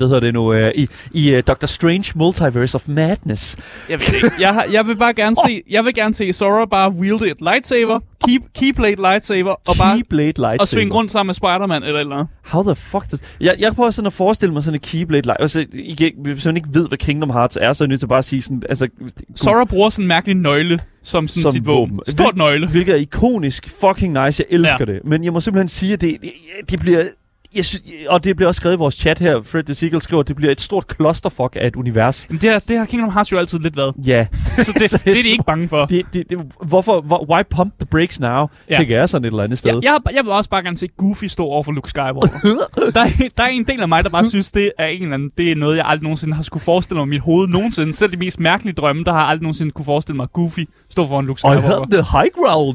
i Doctor Strange Multiverse of Madness. Jeg ved ikke. Jeg vil gerne se Sora bare wielde et lightsaber, keyblade lightsaber, og bare og svinge rundt sammen med Spider-Man eller andet. How the fuck does... Jeg prøver sådan at forestille mig sådan et keyblade light. Altså, hvis man ikke ved, hvad Kingdom Hearts er, så er jeg nødt til bare at sige sådan... Altså, Sora bruger sådan en mærkelig nøgle som sit våben. Stort nøgle. Hvilket er ikonisk. Fucking nice. Jeg elsker det. Men jeg må simpelthen sige, at det bliver... og det bliver også skrevet i vores chat her. Fred the Seagull skriver, at det bliver et stort clusterfuck af et univers. Men det har Kingdom Hearts jo altid lidt været. Ja. Så det er de ikke bange for. Why pump the brakes now? Tænker jeg sådan et eller andet sted. Jeg vil også bare gerne se Goofy stå over for Luke Skywalker. der er en del af mig, der bare synes, det er noget, jeg aldrig nogensinde har skulle forestille mig i mit hoved nogensinde. Selv de mest mærkelige drømme, der har jeg aldrig nogensinde kunne forestille mig Goofy stå foran Luke Skywalker. I have the high ground.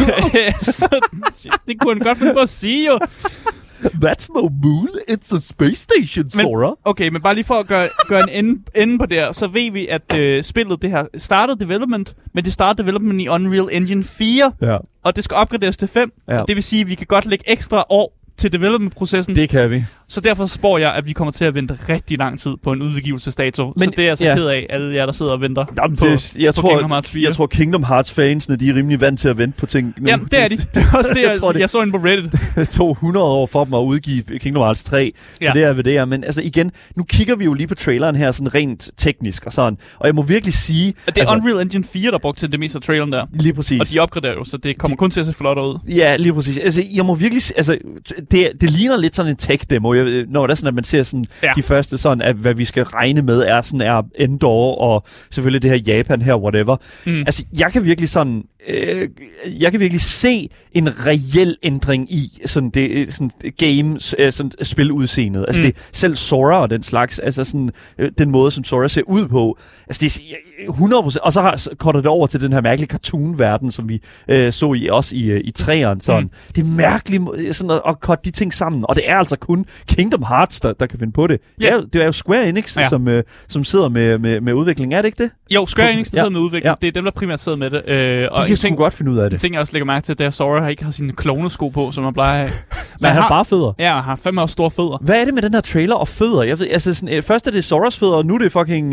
Det kunne han godt finde på at sige jo. That's no moon, it's a space station, Sora. Okay, men bare lige for at gøre en ende på det her, så ved vi, at spillet det her startede development, men det startede development i Unreal Engine 4, og det skal opgraderes til 5. Ja. Det vil sige, at vi kan godt lægge ekstra år til development-processen. Det kan vi. Så derfor spår jeg, at vi kommer til at vente rigtig lang tid på en udgivelsesdato. Så det er jeg så ked af, alle jer, der sidder og venter på Kingdom Hearts 4. Jeg tror, Kingdom Hearts-fansene, de er rimelig vant til at vente på ting nu. Jamen, det er de. Det er også det, jeg så inde på Reddit. Det tog 100 år for dem at udgive Kingdom Hearts 3, så det er ved det her. Men altså igen, nu kigger vi jo lige på traileren her, sådan rent teknisk og sådan. Og jeg må virkelig sige... At det er Unreal Engine 4, der brugte til det meste af traileren der. Lige præcis. Og de opgraderer jo, så det kommer kun til at se flottere ud. Ja, lige præcis. Altså, jeg må virkelig... Altså, det ligner lidt sådan en tech-demo, når det er sådan, at man ser sådan de første sådan, at hvad vi skal regne med er Endor, og selvfølgelig det her Japan her, whatever. Altså, jeg kan virkelig se en reel ændring i sådan det sådan game sådan spiludseendet. Altså det selv Sora og den slags, altså sådan den måde som Sora ser ud på. Altså det er 100%, og så korter det over til den her mærkelige cartoon-verden, som vi så i træerne sådan. Det er mærkeligt sådan at korte de ting sammen, og det er altså kun Kingdom Hearts der kan finde på det. Yeah. Det er jo Square Enix som sidder med udviklingen, er det ikke det? Jo, Square Enix der sidder med udviklingen. Det er dem der primært sidder med det. Og de kan godt finde ud af det. En ting jeg også lægger mærke til, det er Sora ikke har sine klovnesko på, som man plejer at have. Men han har bare fødder. Ja, han har fandme også store fødder. Hvad er det med den her trailer og fødder? Jeg ved, altså sådan, først er det Soras fødder, og nu er det fucking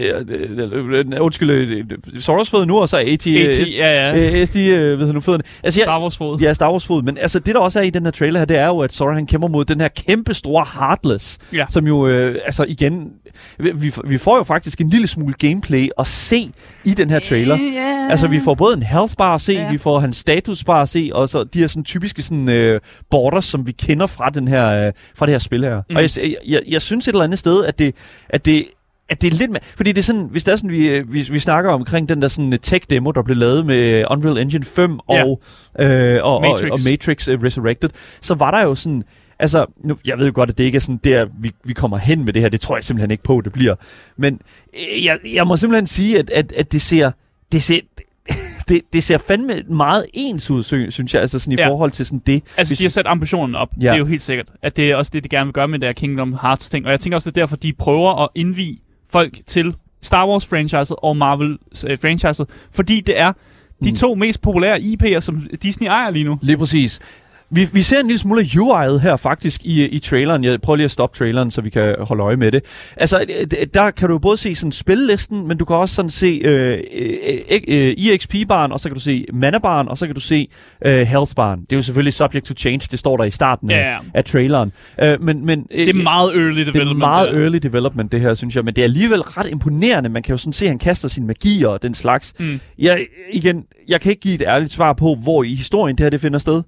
Soras fødder nu, og så AT fødderne. Altså, Star Wars fod. Ja, Star Wars fod. Men altså det der også er i den her trailer her, det er jo at Sora han kæmper mod den her kæmpe store Heartless, som jo altså igen vi får jo faktisk en lille smule gameplay at se i den her trailer. Altså vi får både en health bar at se, vi får hans status bar at se, og så de her sådan typiske sådan borders, som vi kender fra den her fra det her spil her. Og jeg synes et eller andet sted at at det er lidt... Fordi det er sådan, hvis det er sådan, vi snakker omkring den der sådan tech-demo, der blev lavet med Unreal Engine 5 og Matrix Resurrected, så var der jo sådan... Altså, nu, jeg ved jo godt, at det ikke er sådan der, vi kommer hen med det her. Det tror jeg simpelthen ikke på, det bliver. Men jeg må simpelthen sige, at det ser fandme meget ens ud, synes jeg, altså sådan i forhold til sådan det. Altså, de har sat ambitionen op. Ja. Det er jo helt sikkert, at det er også det, de gerne vil gøre med det her Kingdom Hearts-ting. Og jeg tænker også, det er derfor, de prøver at indvie folk til Star Wars-franchiset og Marvel-franchiset, fordi det er de to mest populære IP'er, som Disney ejer lige nu. Lige præcis. Vi ser en lille smule af UI'et her faktisk i traileren. Jeg prøver lige at stoppe traileren, så vi kan holde øje med det. Altså, der kan du både se sådan spillelisten, men du kan også sådan se EXP-baren, og så kan du se mana-baren, og så kan du se health-baren. Det er jo selvfølgelig subject to change, det står der i starten af traileren. Men det er meget early development. Det er meget early development, det her, synes jeg. Men det er alligevel ret imponerende. Man kan jo sådan se, at han kaster sine magier og den slags. Jeg kan ikke give et ærligt svar på, hvor i historien det her det finder sted.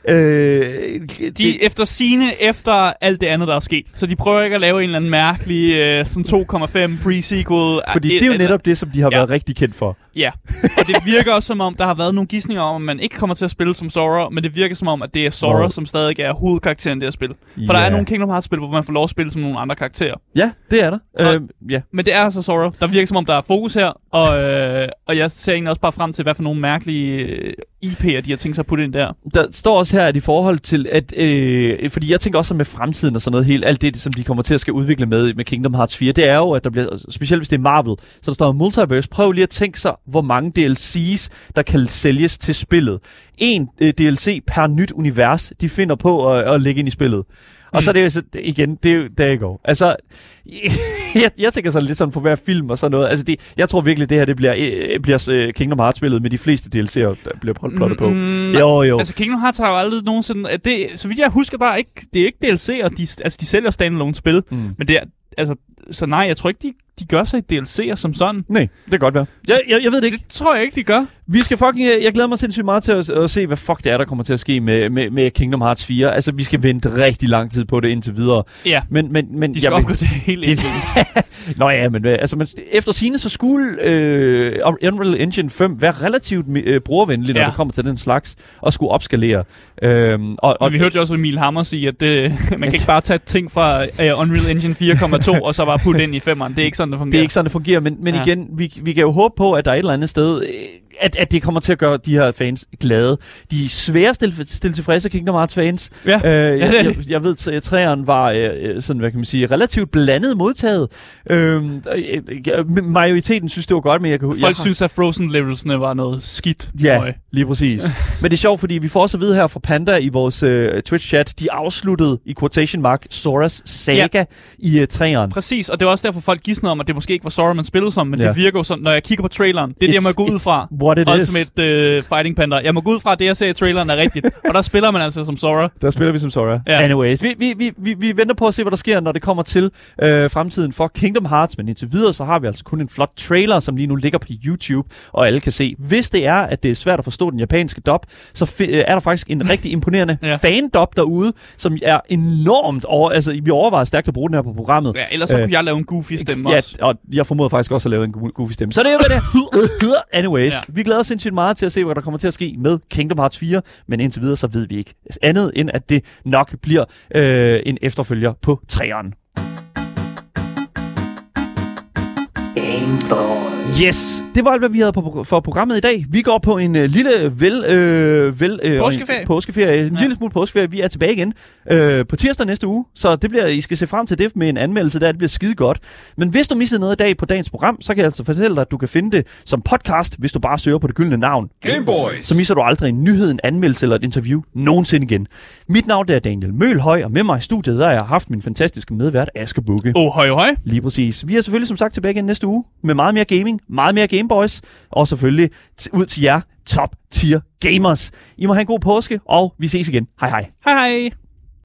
Efter alt det andet, der er sket. Så de prøver ikke at lave en eller anden mærkelig sådan 2,5 pre-sequel. Fordi det er jo netop det, som de har været rigtig kendt for. Ja, og det virker også som om, der har været nogle gisninger om, at man ikke kommer til at spille som Sora, men det virker som om, at det er Sora, som stadig er hovedkarakteren i det her spil. For der er nogle Kingdom Hearts-spil, hvor man får lov at spille som nogle andre karakterer. Ja, det er der. Men det er altså Sora. Der virker som om, der er fokus her, og jeg ser egentlig også bare frem til, hvad for nogle mærkelige IP'er, de har tænkt sig at putte ind der. Der står også her, at i forhold til, at fordi jeg tænker også med fremtiden og sådan noget, alt det, som de kommer til at skal udvikle med Kingdom Hearts 4, det er jo, at der bliver, specielt hvis det er Marvel, så der står Multiverse. Prøv lige at tænke sig, hvor mange DLC's, der kan sælges til spillet. En DLC per nyt univers, de finder på at lægge ind i spillet. Og så er det jo igen, det er jo der går. Altså, jeg tænker sådan lidt sådan for hver film og sådan noget. Altså, jeg tror virkelig, det her det bliver Kingdom Hearts-spillet med de fleste DLC'er, der bliver plottet på. Jo. Altså, Kingdom Hearts har jo aldrig nogensinde... så vidt jeg husker, det er ikke DLC'er, de sælger standalone-spil, men det er... Altså, så nej, jeg tror ikke, de gør sig i DLC'er som sådan. Nej, det kan godt være. Jeg ved det ikke. Det tror jeg ikke, de gør. Vi skal jeg glæder mig sindssygt meget til at se, hvad fuck det er, der kommer til at ske med Kingdom Hearts 4. Altså, vi skal vente rigtig lang tid på det indtil videre. Ja, men de skal opgøre det helt indtil. Nå ja, men efter sigende, så skulle Unreal Engine 5 være relativt brugervenlig, når det kommer til den slags, og skulle opskalere. Og vi hørte jo også Emil Hammer sige, at man kan ikke bare tage ting fra Unreal Engine 4,2 og så bare putte ind i 5'eren. Det er ikke sådan, det fungerer. Det er ikke sådan, det fungerer, men igen, vi kan jo håbe på, at der er et eller andet sted, at det kommer til at gøre de her fans glade. De er svære at stille tilfredse Kingdom Hearts fans. Ja. Jeg ved, at træerne var sådan, hvad kan man sige, relativt blandet modtaget. Majoriteten synes, det var godt, men folk synes, at Frozen levelsene var noget skidt. Ja, lige præcis. Men det er sjovt, fordi vi får også at vide her fra Panda i vores Twitch-chat, de afsluttede i quotation mark Soras saga i træerne. Præcis, og det var også derfor, folk gisnede om, at det måske ikke var Sora, man spillede som, men det virker jo sådan, når jeg kigger på traileren. Det er det, jeg må gå ud fra. Ultimate Fighting Panda. Jeg må gå ud fra, at det, jeg ser i traileren, er rigtigt. Og der spiller man altså som Sora. Der spiller vi som Sora. Ja. Anyways, vi venter på at se, hvad der sker, når det kommer til fremtiden for Kingdom Hearts. Men indtil videre, så har vi altså kun en flot trailer, som lige nu ligger på YouTube, og alle kan se. Hvis det er, at det er svært at forstå den japanske dub, så er der faktisk en rigtig imponerende fan-dub derude, som er enormt altså, vi overvejer stærkt at bruge den her på programmet. Ja, ellers så kunne jeg lave en goofy stemme også. Ja, og jeg formoder faktisk også at lave en goofy stemme. Så det er jo det. Anyways, vi glæder os sindssygt meget til at se, hvad der kommer til at ske med Kingdom Hearts 4, men indtil videre, så ved vi ikke andet, end at det nok bliver en efterfølger på 3'eren. Yes, det var alt, hvad vi havde for programmet i dag. Vi går på en lille påskeferie. En lille smule påskeferie. Vi er tilbage igen på tirsdag næste uge, så det bliver, I skal se frem til det med en anmeldelse, der det bliver skide godt. Men hvis du missede noget i dag på dagens program, så kan jeg altså fortælle dig, at du kan finde det som podcast, hvis du bare søger på det gyldne navn. Gameboys! Så misser du aldrig en nyhed, en anmeldelse eller et interview nogensinde igen. Mit navn er Daniel Mølhøj, og med mig i studiet, der har jeg haft min fantastiske medvært, Asger Bukke. Hej. Lige præcis. Vi er selvfølgelig som sagt tilbage igen næste uge med meget mere gaming, meget mere Gameboys, og selvfølgelig ud til jer top tier gamers. I må have en god påske, og vi ses igen. Hej hej. Hej hej.